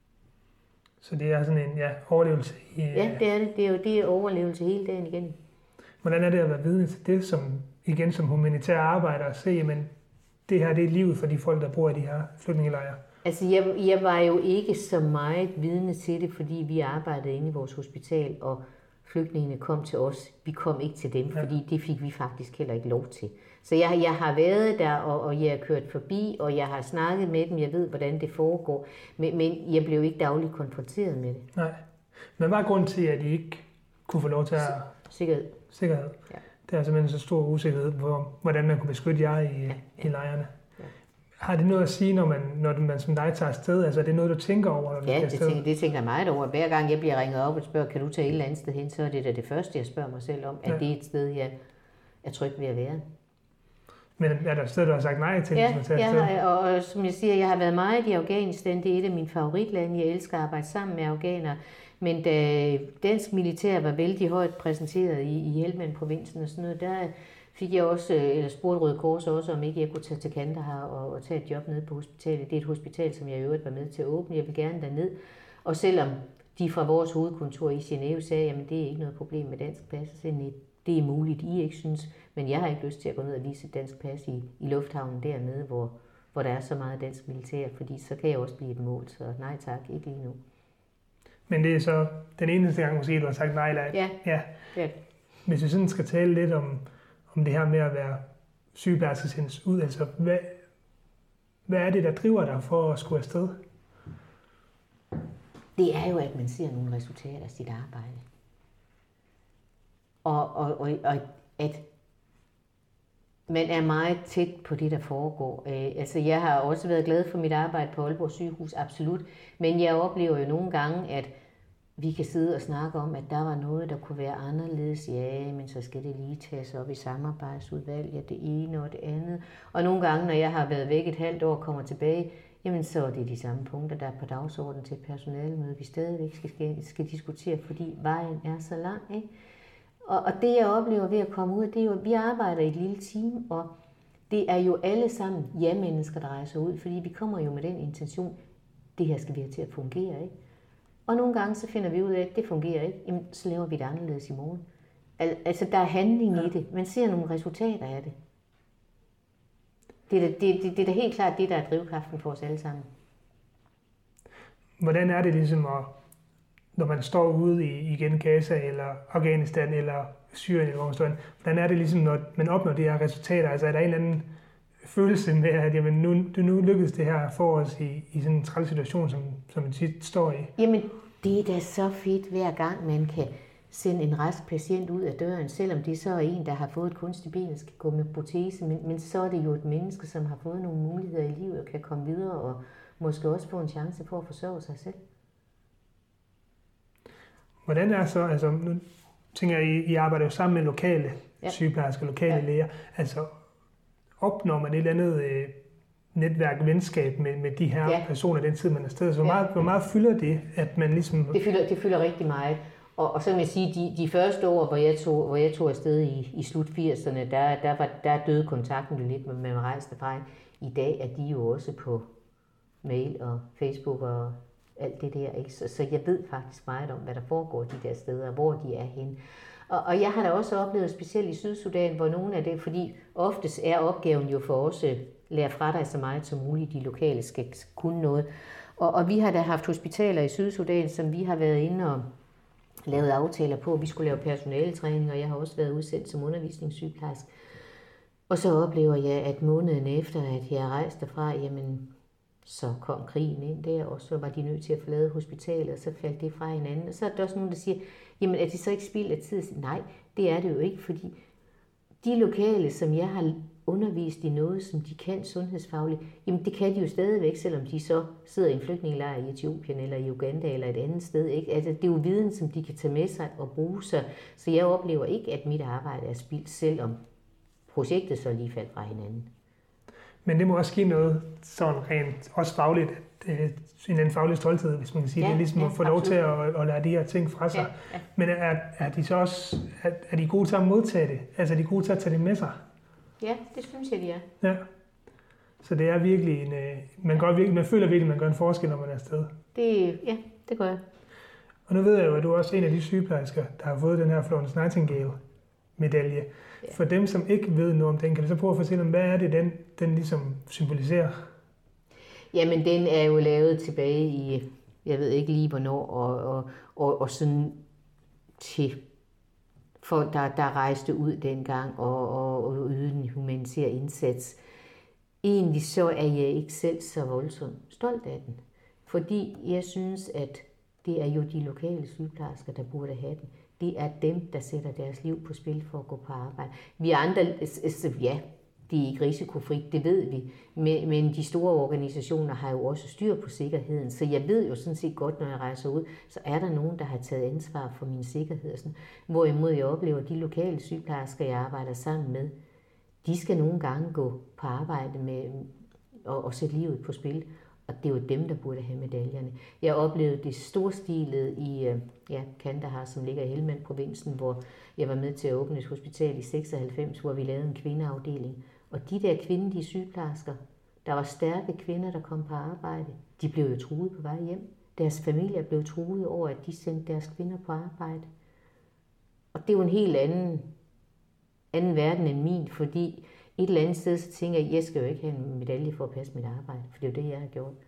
A: Så det er sådan en overlevelse?
B: Ja, det er det. Det er overlevelse hele dagen igen.
A: Hvordan er det at være vidne til det, som humanitære arbejdere se, men det her det er livet for de folk, der bor i de her flygtningelejre?
B: Altså, jeg var jo ikke så meget vidne til det, fordi vi arbejdede inde i vores hospital, og flygtningene kom til os. Vi kom ikke til dem, fordi det fik vi faktisk heller ikke lov til. Så jeg har været der, og jeg har kørt forbi, og jeg har snakket med dem. Jeg ved, hvordan det foregår, men jeg blev ikke dagligt konfronteret med det.
A: Nej. Men hvad er grunden til, at I ikke kunne få lov til at...
B: Sikkerhed.
A: Sikkerhed. Ja. Det er simpelthen så stor usikkerhed på, hvordan man kunne beskytte jer i lejrene. Har det noget at sige, når man som dig tager afsted? Altså er det noget, du tænker over, når du skal afsted?
B: Det tænker jeg meget over. Hver gang jeg bliver ringet op og spørger, kan du tage et eller andet sted hen, så er det da det første, jeg spørger mig selv om. Er det et sted, jeg er tryg ved at være?
A: Men er der et sted, du har sagt nej til?
B: Og som jeg siger, jeg har været meget i Afghanistan. Det er et af mine favoritlande. Jeg elsker at arbejde sammen med afghanere. Men da dansk militær var vældig højt præsenteret i Helmand-provinsen og sådan noget, der fik jeg også, spurgte Røde Kors også, om ikke jeg kunne tage til Kandahar og tage et job nede på hospitalet. Det er et hospital, som jeg i øvrigt var med til at åbne. Jeg vil gerne derned. Og selvom de fra vores hovedkontor i Genève sagde, at det er ikke noget problem med dansk pas, så det er muligt, I ikke synes, men jeg har ikke lyst til at gå ned og vise et dansk pas i lufthavnen dernede, hvor der er så meget dansk militær, fordi så kan jeg også blive et mål, så nej tak, ikke lige nu.
A: Men det er så den eneste gang måske, du har sagt nej? Ja. Hvis vi sådan skal tale lidt om det her med at være sygeplejerske sendes ud, altså hvad er det, der driver dig for at skulle afsted?
B: Det er jo, at man ser nogle resultater af sit arbejde. Og at man er meget tæt på det, der foregår. Altså, jeg har også været glad for mit arbejde på Aalborg Sygehus, absolut. Men jeg oplever jo nogle gange, at vi kan sidde og snakke om, at der var noget, der kunne være anderledes. Ja, men så skal det lige tages op i samarbejdsudvalg, det ene og det andet. Og nogle gange, når jeg har været væk et halvt år og kommer tilbage, jamen så er det de samme punkter, der er på dagsordenen til personalemøde, vi stadigvæk skal diskutere, fordi vejen er så lang, ikke? Og det, jeg oplever ved at komme ud, det er jo, at vi arbejder i et lille team, og det er jo alle sammen ja-mennesker, der rejser ud, fordi vi kommer jo med den intention, det her skal vi have til at fungere, ikke? Og nogle gange så finder vi ud af, at det fungerer ikke, jamen, så laver vi det anderledes i morgen. Altså, der er handling i det. Man ser nogle resultater af det. Det er da helt klart det, der er drivkraften for os alle sammen.
A: Hvordan er det ligesom, når man står ude i Gaza, eller Afghanistan, eller Syrien, eller hvor man står, hvordan er det ligesom, når man opnår de her resultater? Altså er der en eller anden følelse med, at jamen, nu lykkedes det her for os i sådan en træls situation, som man tit står i?
B: Jamen, det er da så fedt hver gang, man kan sende en rask patient ud af døren, selvom det så er en, der har fået et kunstigt ben og skal gå med protese, men så er det jo et menneske, som har fået nogle muligheder i livet og kan komme videre og måske også få en chance for at forsørge sig selv.
A: Hvordan er så, altså nu tænker jeg, I arbejder jo sammen med lokale sygeplejersker, lokale læger, altså opnår man et eller andet netværk, venskab med de her personer den tid, man er afsted. Så hvor meget fylder det, at man ligesom... Det
B: fylder rigtig meget. Og så kan jeg sige, de første år, hvor jeg tog afsted i slut 80'erne, der døde kontakten lidt med man rejste fra. I dag er de jo også på mail og Facebook og alt det der. Ikke? Så jeg ved faktisk meget om, hvad der foregår de der steder, hvor de er henne. Og jeg har da også oplevet, specielt i Sydsudan, hvor nogle af det, fordi oftest er opgaven jo for os, lære fra dig så meget som muligt, de lokale skal kunne noget. Og vi har da haft hospitaler i Sydsudan, som vi har været inde og lavet aftaler på. Vi skulle lave personaletræning, og jeg har også været udsendt som undervisningssygeplejerske. Og så oplever jeg, at måneden efter, at jeg rejste derfra, jamen, så kom krigen ind der, og så var de nødt til at forlade hospitalet, og så faldt det fra hinanden. Og så er der også nogen, der siger, jamen er det så ikke spild af tid? Nej, det er det jo ikke, fordi de lokale, som jeg har undervist i noget, som de kan sundhedsfagligt, jamen det kan de jo stadigvæk, selvom de så sidder i en flygtningelejr i Etiopien eller i Uganda eller et andet sted. Ikke? Altså, det er jo viden, som de kan tage med sig og bruge sig. Så jeg oplever ikke, at mit arbejde er spildt, selvom projektet så lige faldt fra hinanden.
A: Men det må også give noget sådan rent, også fagligt, en anden faglig stolthed, hvis man kan sige det, ligesom at få lov til at lære de her ting fra sig. Ja. Men er de så også, er de gode til at modtage det? Altså er de gode til at tage det med sig?
B: Ja, det synes jeg, de er.
A: Ja. Så det er virkelig man føler virkelig, at man gør en forskel, når man er afsted.
B: Det gør jeg. Og
A: nu ved jeg jo, at du er også en af de sygeplejersker, der har fået den her Florence Nightingale-medalje. Ja. For dem, som ikke ved noget om den, kan du så prøve at fortælle om, hvad er det, den ligesom symboliserer? Jamen, den er jo lavet tilbage i, jeg ved ikke lige hvornår, og sådan til folk, der rejste ud dengang og ydede en humanitær indsats. Egentlig så er jeg ikke selv så voldsomt stolt af den, fordi jeg synes, at det er jo de lokale sygeplejersker, der burde have den. Det er dem, der sætter deres liv på spil for at gå på arbejde. Vi andre, ja, det er ikke risikofrit, det ved vi, men de store organisationer har jo også styr på sikkerheden, så jeg ved jo sådan set godt, når jeg rejser ud, så er der nogen, der har taget ansvar for min sikkerhed. Sådan. Hvorimod jeg oplever, at de lokale sygeplejersker, jeg arbejder sammen med, de skal nogle gange gå på arbejde med og sætte livet på spil. Og det er jo dem, der burde have medaljerne. Jeg oplevede det storstilede i Kandahar, som ligger i Helmand-provinsen, hvor jeg var med til at åbne et hospital i 96, hvor vi lavede en kvindeafdeling. Og de der kvindelige sygeplejersker, der var stærke kvinder, der kom på arbejde, de blev jo truet på vej hjem. Deres familier blev truet over, at de sendte deres kvinder på arbejde. Og det er jo en helt anden verden end min, fordi et eller andet sted, så tænker jeg skal jo ikke have en medalje for at passe mit arbejde, for det er jo det, jeg har gjort.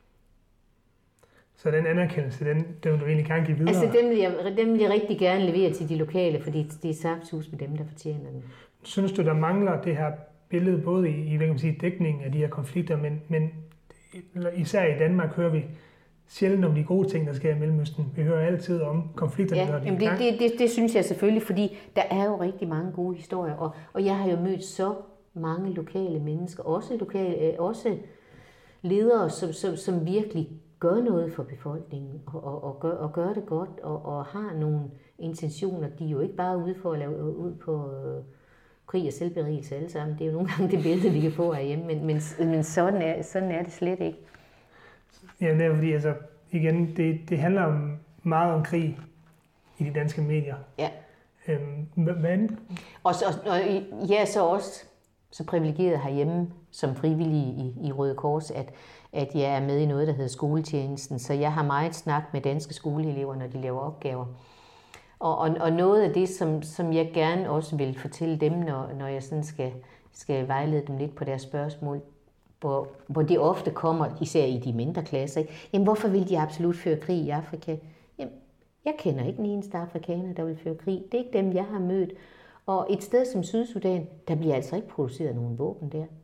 A: Så den anerkendelse, den vil du egentlig gerne give videre? Altså, den vil jeg rigtig gerne levere til de lokale, fordi det er saftsus med dem, der fortjener den. Synes du, der mangler det her billede, både i hvad kan man sige, dækningen af de her konflikter, men især i Danmark hører vi sjældent om de gode ting, der sker i Mellemøsten. Vi hører altid om konflikterne, når de er i gang. Det synes jeg selvfølgelig, fordi der er jo rigtig mange gode historier, og jeg har jo mødt så mange lokale mennesker, også ledere, som virkelig gør noget for befolkningen, og gør det godt, og har nogle intentioner. De er jo ikke bare ude for at lave ud på krig og selvberigelse alle sammen. Det er jo nogle gange det billede, vi kan få herhjemme, men sådan er det slet ikke. Ja, det er fordi, altså, igen, det handler meget om krig i de danske medier. Ja. Men... Og jeg er så også så privilegeret herhjemme som frivillig i Røde Kors, at jeg er med i noget, der hedder skoletjenesten. Så jeg har meget snak med danske skoleelever, når de laver opgaver. Og noget af det, som jeg gerne også vil fortælle dem, når jeg sådan skal vejlede dem lidt på deres spørgsmål, hvor det ofte kommer, især i de mindre klasser, ikke? Jamen, hvorfor vil de absolut føre krig i Afrika? Jamen, jeg kender ikke en eneste afrikaner, der vil føre krig. Det er ikke dem, jeg har mødt. Og et sted som Sydsudan, der bliver altså ikke produceret nogen våben der.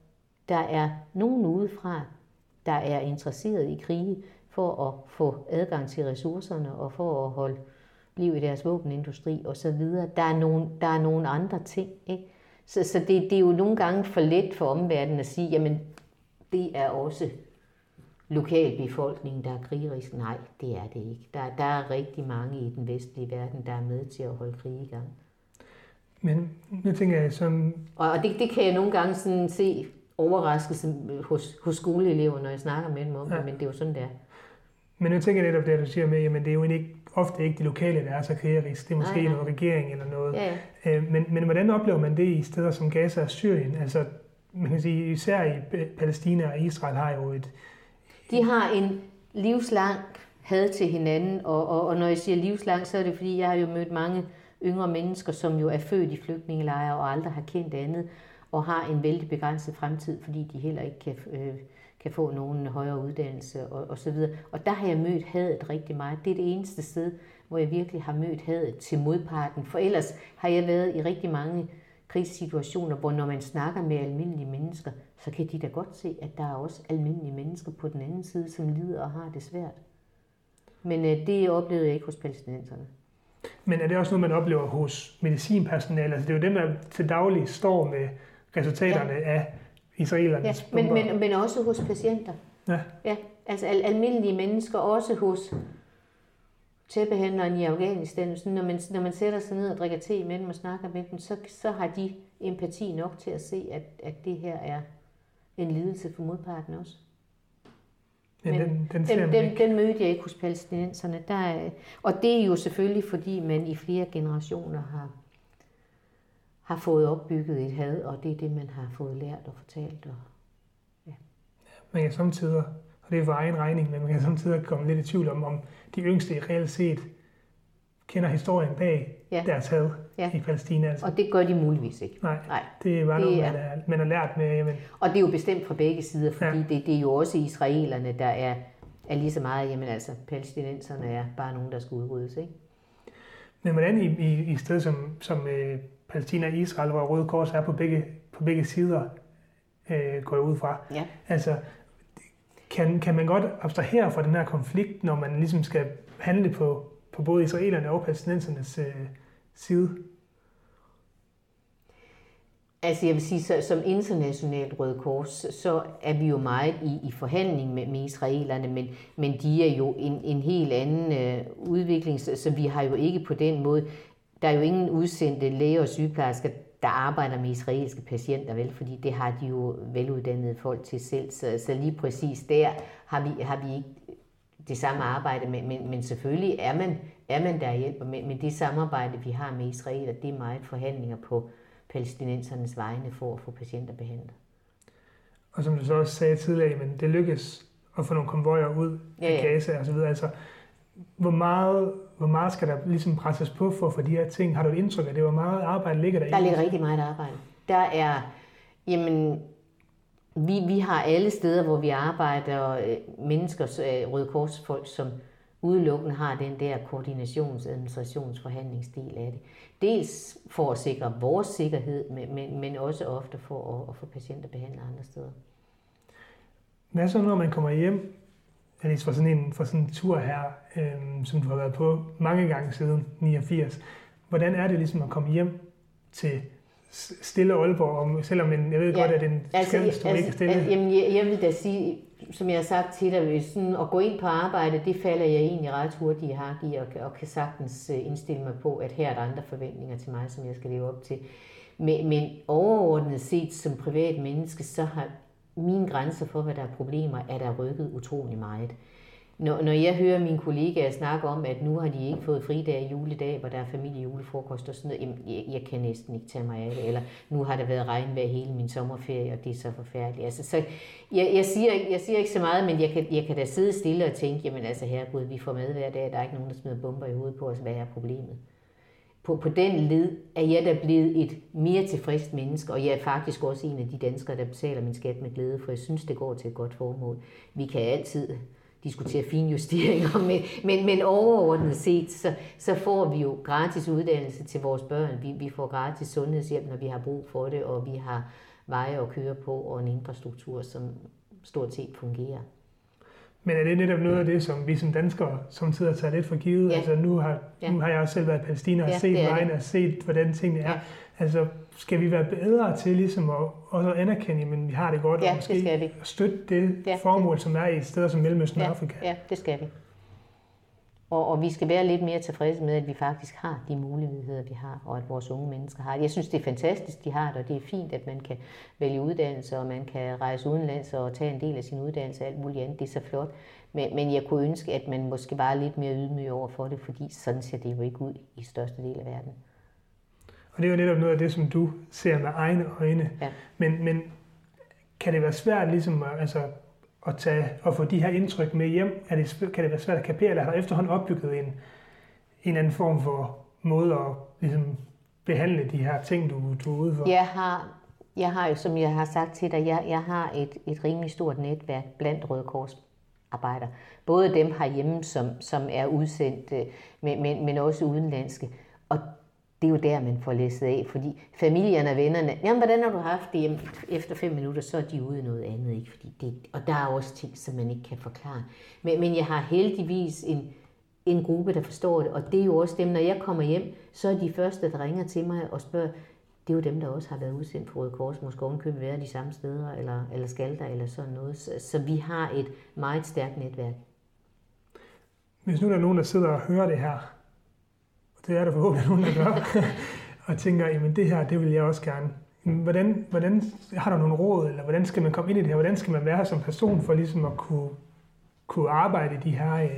B: der er nogen udefra, der er interesseret i krige for at få adgang til ressourcerne og for at holde liv i deres våbenindustri osv. Der er nogle andre ting, ikke? Så det er jo nogle gange for let for omverdenen at sige, jamen det er også lokalbefolkningen, der er krigerisk. Nej, det er det ikke. Der er rigtig mange i den vestlige verden, der er med til at holde krig i gang.
A: Men nu tænker jeg som...
B: Og det kan jeg nogle gange sådan se overraskelse hos skoleelever, når jeg snakker med dem om det, men det er jo sådan, det er.
A: Men nu tænker jeg netop det, du siger med, jamen det er jo ofte ikke de lokale, der er så krigerisk. Det er måske noget regering eller noget.
B: Ja.
A: Men hvordan oplever man det i steder som Gaza og Syrien? Altså, man kan sige, især i Palæstina og Israel har jo et...
B: De har en livslang had til hinanden, og når jeg siger livslang, så er det fordi, jeg har jo mødt mange yngre mennesker, som jo er født i flygtningelejre og aldrig har kendt andet, og har en vældig begrænset fremtid, fordi de heller ikke kan få nogen højere uddannelse og så videre. Og der har jeg mødt hadet rigtig meget. Det er det eneste sted, hvor jeg virkelig har mødt hadet til modparten. For ellers har jeg været i rigtig mange krigssituationer, hvor når man snakker med almindelige mennesker, så kan de da godt se, at der er også almindelige mennesker på den anden side, som lider og har det svært. Men det oplevede jeg ikke hos palæstinenserne.
A: Men er det også noget, man oplever hos medicinpersonale? Altså det er jo dem, der til daglig står med resultaterne af israelernes bomber.
B: Men også hos patienter. Ja, altså almindelige mennesker, også hos tæppehandleren i Afghanistan. Så når man sætter sig ned og drikker te med dem og snakker med dem, så har de empati nok til at se, at det her er en lidelse for modparten også. Men den mødte jeg ikke hos palæstinenserne. Og det er jo selvfølgelig, fordi man i flere generationer har fået opbygget et had, og det er det, man har fået lært og fortalt.
A: Man kan samtidig, og det er for egen regning, men man kan samtidig komme lidt i tvivl om de yngste reelt set kender historien bag deres had i Palæstina. Altså.
B: Og det gør de muligvis ikke.
A: Nej. Det er bare noget, man har lært med. Jamen.
B: Og det er jo bestemt fra begge sider, fordi det er jo også israelerne, der er lige så meget, jamen altså, palæstinenserne er bare nogen, der skal udryddes, ikke?
A: Men hvordan i sted som Palæstina og Israel, hvor Røde Kors er på begge sider, går jeg ud fra.
B: Ja.
A: Altså, kan man godt abstrahere fra den her konflikt, når man ligesom skal handle på både israelerne og palæstinensernes side?
B: Altså jeg vil sige, som internationalt Røde Kors, så er vi jo meget i forhandling med israelerne, men de er jo en helt anden udvikling, så vi har jo ikke på den måde, der er jo ingen udsendte læger og sygeplejersker, der arbejder med israelske patienter, vel, fordi det har de jo veluddannede folk til selv, så lige præcis der har vi ikke det samme arbejde, men selvfølgelig er man der hjælper, men det samarbejde, vi har med israeler, det er meget forhandlinger på palæstinensernes vegne for at få patienter behandlet.
A: Og som du så også sagde tidligere, men det lykkes at få nogle konvojer ud af Gaza og så videre. Altså, hvor meget skal der ligesom presses på for de her ting? Har du et indtryk af det? Hvor meget arbejde ligger der i?
B: Der ligger rigtig meget arbejde. Der er, jamen, vi har alle steder, hvor vi arbejder, mennesker, Røde Kors folk, som udelukkende har den der koordinations-, administrations-, forhandlingsdel af det. Dels for at sikre vores sikkerhed, men også ofte for at få patienter behandlet andre steder.
A: Hvad så, når man kommer hjem, Alice, for sådan en tur her, som du har været på mange gange siden 89. Hvordan er det ligesom at komme hjem til stille Aalborg, selvom jeg ved godt, at den skønste ikke er stille?
B: Jamen, jeg vil da sige, som jeg har sagt til dig, sådan, at gå ind på arbejde, det falder jeg egentlig ret hurtigt i hak i, og kan sagtens indstille mig på, at her er der andre forventninger til mig, som jeg skal leve op til. Men overordnet set som privat menneske, så har mine grænser for, hvad der er problemer, er der rykket utrolig meget. Når jeg hører mine kollegaer snakke om, at nu har de ikke fået fridag juledag, hvor der er familiejulefrokost og sådan noget, jeg kan næsten ikke tage mig af det. Eller nu har der været regnvejr hele min sommerferie, og det er så forfærdeligt. Altså, så jeg siger ikke så meget, men jeg kan da sidde stille og tænke, jamen altså herregud, vi får mad hver dag, der er ikke nogen, der smider bomber i hovedet på os, hvad er problemet? På den led er jeg da blevet et mere tilfreds menneske, og jeg er faktisk også en af de danskere, der betaler min skat med glæde, for jeg synes, det går til et godt formål. Vi kan altid diskutere finjusteringer, men overordnet set, så får vi jo gratis uddannelse til vores børn. Vi får gratis sundhedshjælp, når vi har brug for det, og vi har veje at køre på, og en infrastruktur, som stort set fungerer.
A: Men er det netop noget af det, som vi som danskere samtidig tager lidt for givet?
B: Ja.
A: Altså nu har jeg også selv været i Palæstina og set vejen og set, hvordan tingene er. Altså skal vi være bedre til ligesom at også anerkende, men vi har det godt, og måske støtte det formål, som er i steder som Mellemøsten og Afrika?
B: Ja, det skal vi. Og vi skal være lidt mere tilfredse med, at vi faktisk har de muligheder, vi har, og at vores unge mennesker har. Jeg synes, det er fantastisk, de har det, og det er fint, at man kan vælge uddannelse, og man kan rejse udenlands og tage en del af sin uddannelse og alt muligt andet. Det er så flot. Men jeg kunne ønske, at man måske var lidt mere ydmyg over for det, fordi sådan ser det jo ikke ud i største del af verden.
A: Og det er jo netop noget af det, som du ser med egne øjne. Ja. Men kan det være svært ligesom at få de her indtryk med hjem? Kan det være svært at kapere, eller har der efterhånden opbygget en anden form for måde at ligesom behandle de her ting, du er ude for?
B: Jeg har jo, som jeg har sagt til dig, jeg har et rimelig stort netværk blandt Røde Kors arbejder. Både dem herhjemme, som er udsendt, men også udenlandske. Og det er jo der, man får læsset af, fordi familierne og vennerne, jamen hvordan har du haft det hjemme? Efter 5 minutter, så er de ude i noget andet, ikke? Fordi og der er også ting, som man ikke kan forklare. Men jeg har heldigvis en gruppe, der forstår det, og det er jo også dem, når jeg kommer hjem, så er de første, der ringer til mig og spørger, det er jo dem, der også har været udsendt for Røde Kors, måske ovenkøbet være de samme steder, eller skal der, eller sådan noget. Så vi har et meget stærkt netværk.
A: Hvis nu der er nogen, der sidder og hører det her, og det er der forhåbentlig nogen, der gør, og tænker, jamen det her, det vil jeg også gerne. Hvordan har du nogle råd, eller hvordan skal man komme ind i det her? Hvordan skal man være som person for ligesom at kunne arbejde i de her...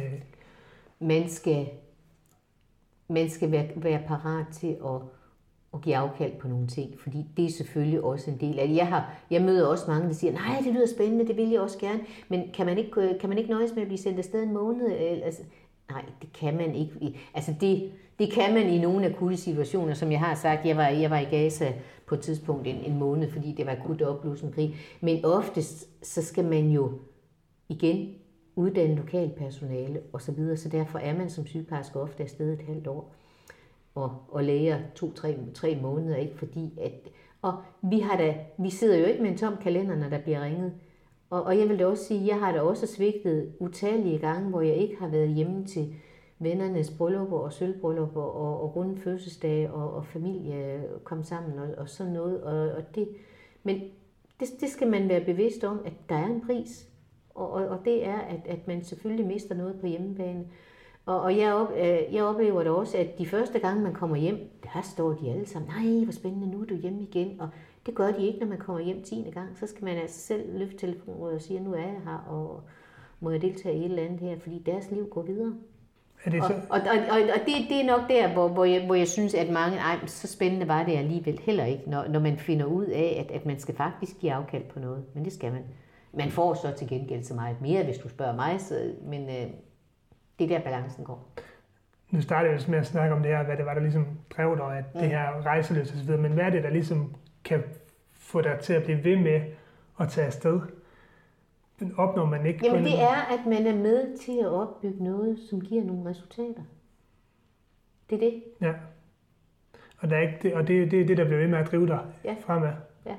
B: Man skal være parat til at give afkald på nogle ting, fordi det er selvfølgelig også en del af det. Jeg møder også mange, der siger, nej, det lyder spændende, det vil jeg også gerne, men kan man ikke nøjes med at blive sendt afsted en måned? Altså, nej, det kan man ikke. Altså det kan man i nogle akutte situationer, som jeg har sagt. Jeg var i Gaza på et tidspunkt en måned, fordi det var akut opblussende krig. Men oftest, så skal man jo igen uddanne lokalpersonale og så videre, så derfor er man som sygeplejerske ofte afsted et halvt år og læger 2-3 måneder, ikke? Fordi og vi sidder jo ikke med en tom kalender, når der bliver ringet. Og jeg vil da også sige, jeg har da også svigtet utallige gange, hvor jeg ikke har været hjemme til vennernes bryllupper og sølvbryllupper og runde fødselsdage og familie kom sammen og sådan noget. Men det skal man være bevidst om, at der er en pris. Og det er, at man selvfølgelig mister noget på hjemmebane. Og jeg oplever det også, at de første gange, man kommer hjem, der står de alle sammen, nej, hvor spændende, nu er du hjemme igen. Og det gør de ikke, når man kommer hjem 10. gang. Så skal man altså selv løfte telefonen og sige, nu er jeg her, og må jeg deltage i et eller andet her, fordi deres liv går videre.
A: Er det så?
B: Og det er nok der, hvor jeg synes, at mange, så spændende var det alligevel heller ikke, når man finder ud af, at man skal faktisk give afkald på noget. Men det skal man. Man får så til gengæld så meget mere, hvis du spørger mig, men det er der balancen går.
A: Nu starter jeg med at snakke om det her, hvad det var, der ligesom drev dig, at det her rejseløs og så videre, men hvad er det, der ligesom kan få dig til at blive ved med at tage afsted? Opnår man ikke?
B: Jamen det er, at man er med til at opbygge noget, som giver nogle resultater. Det er det.
A: Ja. Og det er det, der bliver ved med at drive dig fremad.
B: Ja.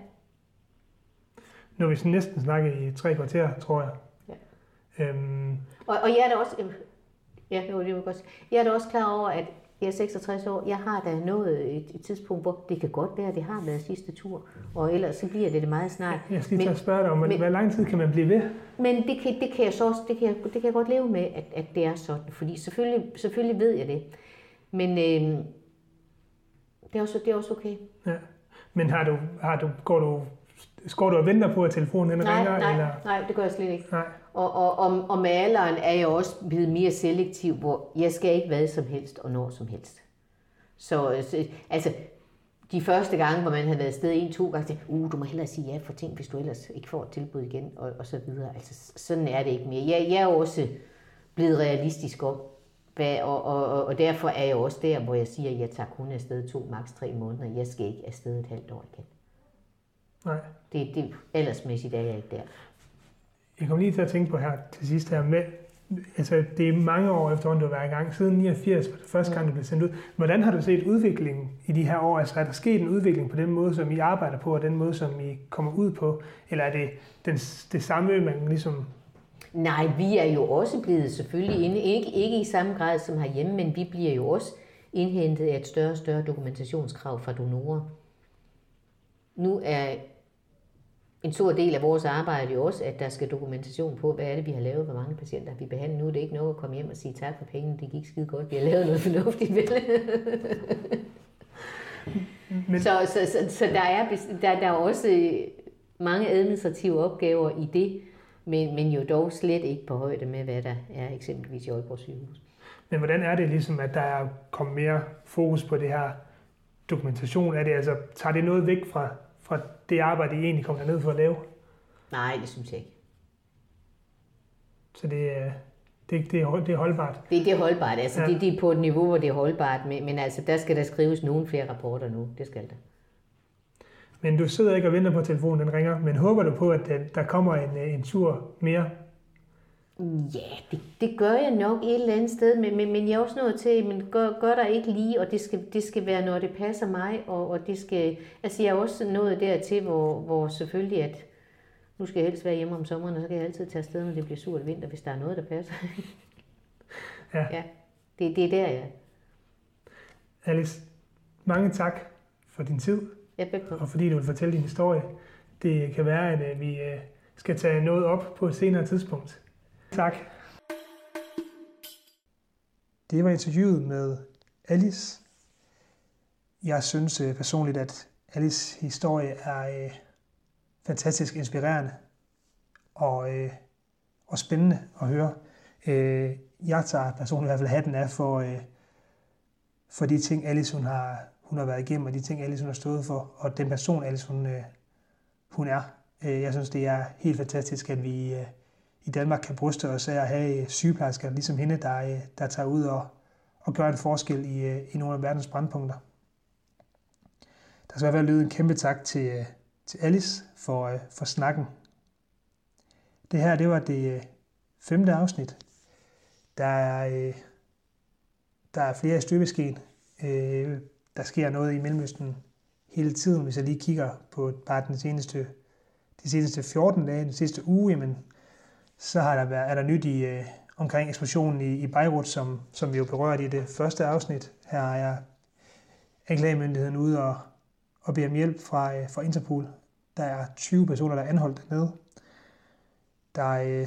A: Nu har vi næsten snakket i 3 kvarter, tror jeg.
B: Ja. Og jeg er da også... Ja, det var godt. Jeg er da også klar over, at jeg er 66 år. Jeg har da nået et tidspunkt, hvor det kan godt være, at det har været sidste tur. Og ellers så bliver det meget snart.
A: Jeg skal lige spørge dig om, hvor lang tid kan man blive ved? Men
B: det kan jeg godt leve med, at det er sådan. Fordi selvfølgelig ved jeg det. Men det er også okay.
A: Ja. Men går du og venter på, at telefonen ringer?
B: Nej, det gør jeg slet ikke. Nej. Og med alderen er jeg også blevet mere selektiv, hvor jeg skal ikke hvad som helst og når som helst. Så altså, de første gange, hvor man havde været afsted 1-2 gange, du må hellere sige ja for ting, hvis du ellers ikke får et tilbud igen, og så videre. Altså, sådan er det ikke mere. Jeg er også blevet realistisk om, og derfor er jeg også der, hvor jeg siger, at jeg tager kun afsted 2, maks 3 måneder. Jeg skal ikke afsted et halvt år igen.
A: Nej.
B: Det ellers mæssigt er jeg ikke der.
A: Jeg kom lige til at tænke på her til sidst her med, altså det er mange år efterhånden, du har været i gang. Siden 89, første gang, du blev sendt ud. Hvordan har du set udviklingen i de her år? Altså er der sket en udvikling på den måde, som I arbejder på, og den måde, som I kommer ud på? Eller er det det samme, man ligesom...
B: Nej, vi er jo også blevet selvfølgelig ikke i samme grad som herhjemme, men vi bliver jo også indhentet af et større og større dokumentationskrav fra donorer. Nu er en stor del af vores arbejde jo også, at der skal dokumentation på, hvad er det, vi har lavet, hvor mange patienter har vi behandlet. Nu er det ikke noget at komme hjem og sige tak for pengene, det gik skide godt, vi har lavet noget fornuftigt, vel? Så der er også mange administrative opgaver i det, men jo dog slet ikke på højde med, hvad der er eksempelvis i Aalborg Sygehus.
A: Men hvordan er det ligesom, at der er kommet mere fokus på det her dokumentation? Er det altså, tager det noget væk fra det arbejde, I egentlig kommer ned for at lave?
B: Nej, det synes jeg ikke.
A: Så det er holdbart?
B: Det er holdbart. Altså, ja. Det er på et niveau, hvor det er holdbart. Men altså, der skal der skrives nogle flere rapporter nu. Det skal der.
A: Men du sidder ikke og venter på, at telefonen den ringer. Men håber du på, at der kommer en tur mere?
B: Ja, det gør jeg nok et eller andet sted. Men jeg er også nået til, men gør der ikke lige, og det skal være, når det passer mig. Og det skal... Altså, jeg er også nået dertil, hvor selvfølgelig, at nu skal jeg helst være hjemme om sommeren, og så kan jeg altid tage afsted, når det bliver surt vinter, hvis der er noget, der passer. Ja, det er der, jeg er.
A: Alice, mange tak for din tid, og fordi du vil fortælle din historie. Det kan være, at vi skal tage noget op på et senere tidspunkt. Tak. Det var interviewet med Alice. Jeg synes personligt, at Alice' historie er fantastisk inspirerende og spændende at høre. Jeg tager personligt i hvert fald hatten af for de ting, Alice hun har været igennem, og de ting, Alice hun har stået for, og den person, Alice hun er. Jeg synes, det er helt fantastisk, at vi i Danmark kan bryste os af at have sygeplejersker ligesom hende, der tager ud og gør en forskel i nogle af verdens brandpunkter. Der skal i hvert fald lyde en kæmpe tak til Alice for snakken. Det her, det var det 5. afsnit. Der er flere i støbeskeen. Der sker noget i Mellemøsten hele tiden. Hvis jeg lige kigger på bare de seneste 14 dage, den sidste uge, jamen, så er der nyt omkring eksplosionen i Beirut, som vi jo berørte i det første afsnit. Her er anklagemyndigheden ude og beder om hjælp fra Interpol. Der er 20 personer, der er anholdt dernede. Der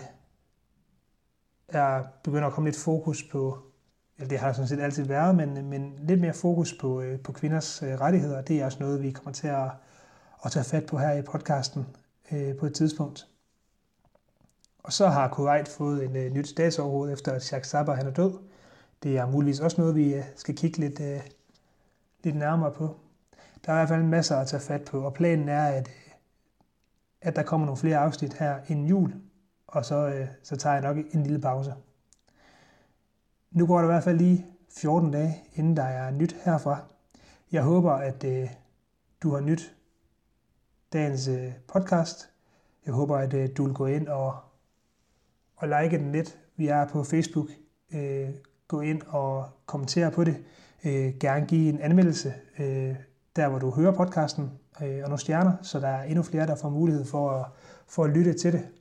A: er begynder at komme lidt fokus på, eller det har sådan set altid været, men lidt mere fokus på kvinders rettigheder. Det er også noget, vi kommer til at tage fat på her i podcasten på et tidspunkt. Og så har Kuwait fået en nyt statsoverhoved efter at Sheikh Sabah han er død. Det er muligvis også noget, vi skal kigge lidt nærmere på. Der er i hvert fald masser at tage fat på, og planen er, at der kommer nogle flere afsnit her inden jul, og så tager jeg nok en lille pause. Nu går der i hvert fald lige 14 dage, inden der er nyt herfra. Jeg håber, at du har nyt dagens podcast. Jeg håber, at du vil gå ind og like den lidt. Vi er på Facebook. Gå ind og kommentere på det. Gerne give en anmeldelse, der hvor du hører podcasten, og nogle stjerner, så der er endnu flere, der får mulighed for at lytte til det.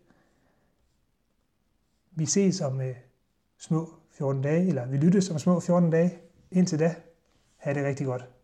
A: Vi ses om små 14 dage, eller vi lyttes om små 14 dage. Indtil da, ha' det rigtig godt.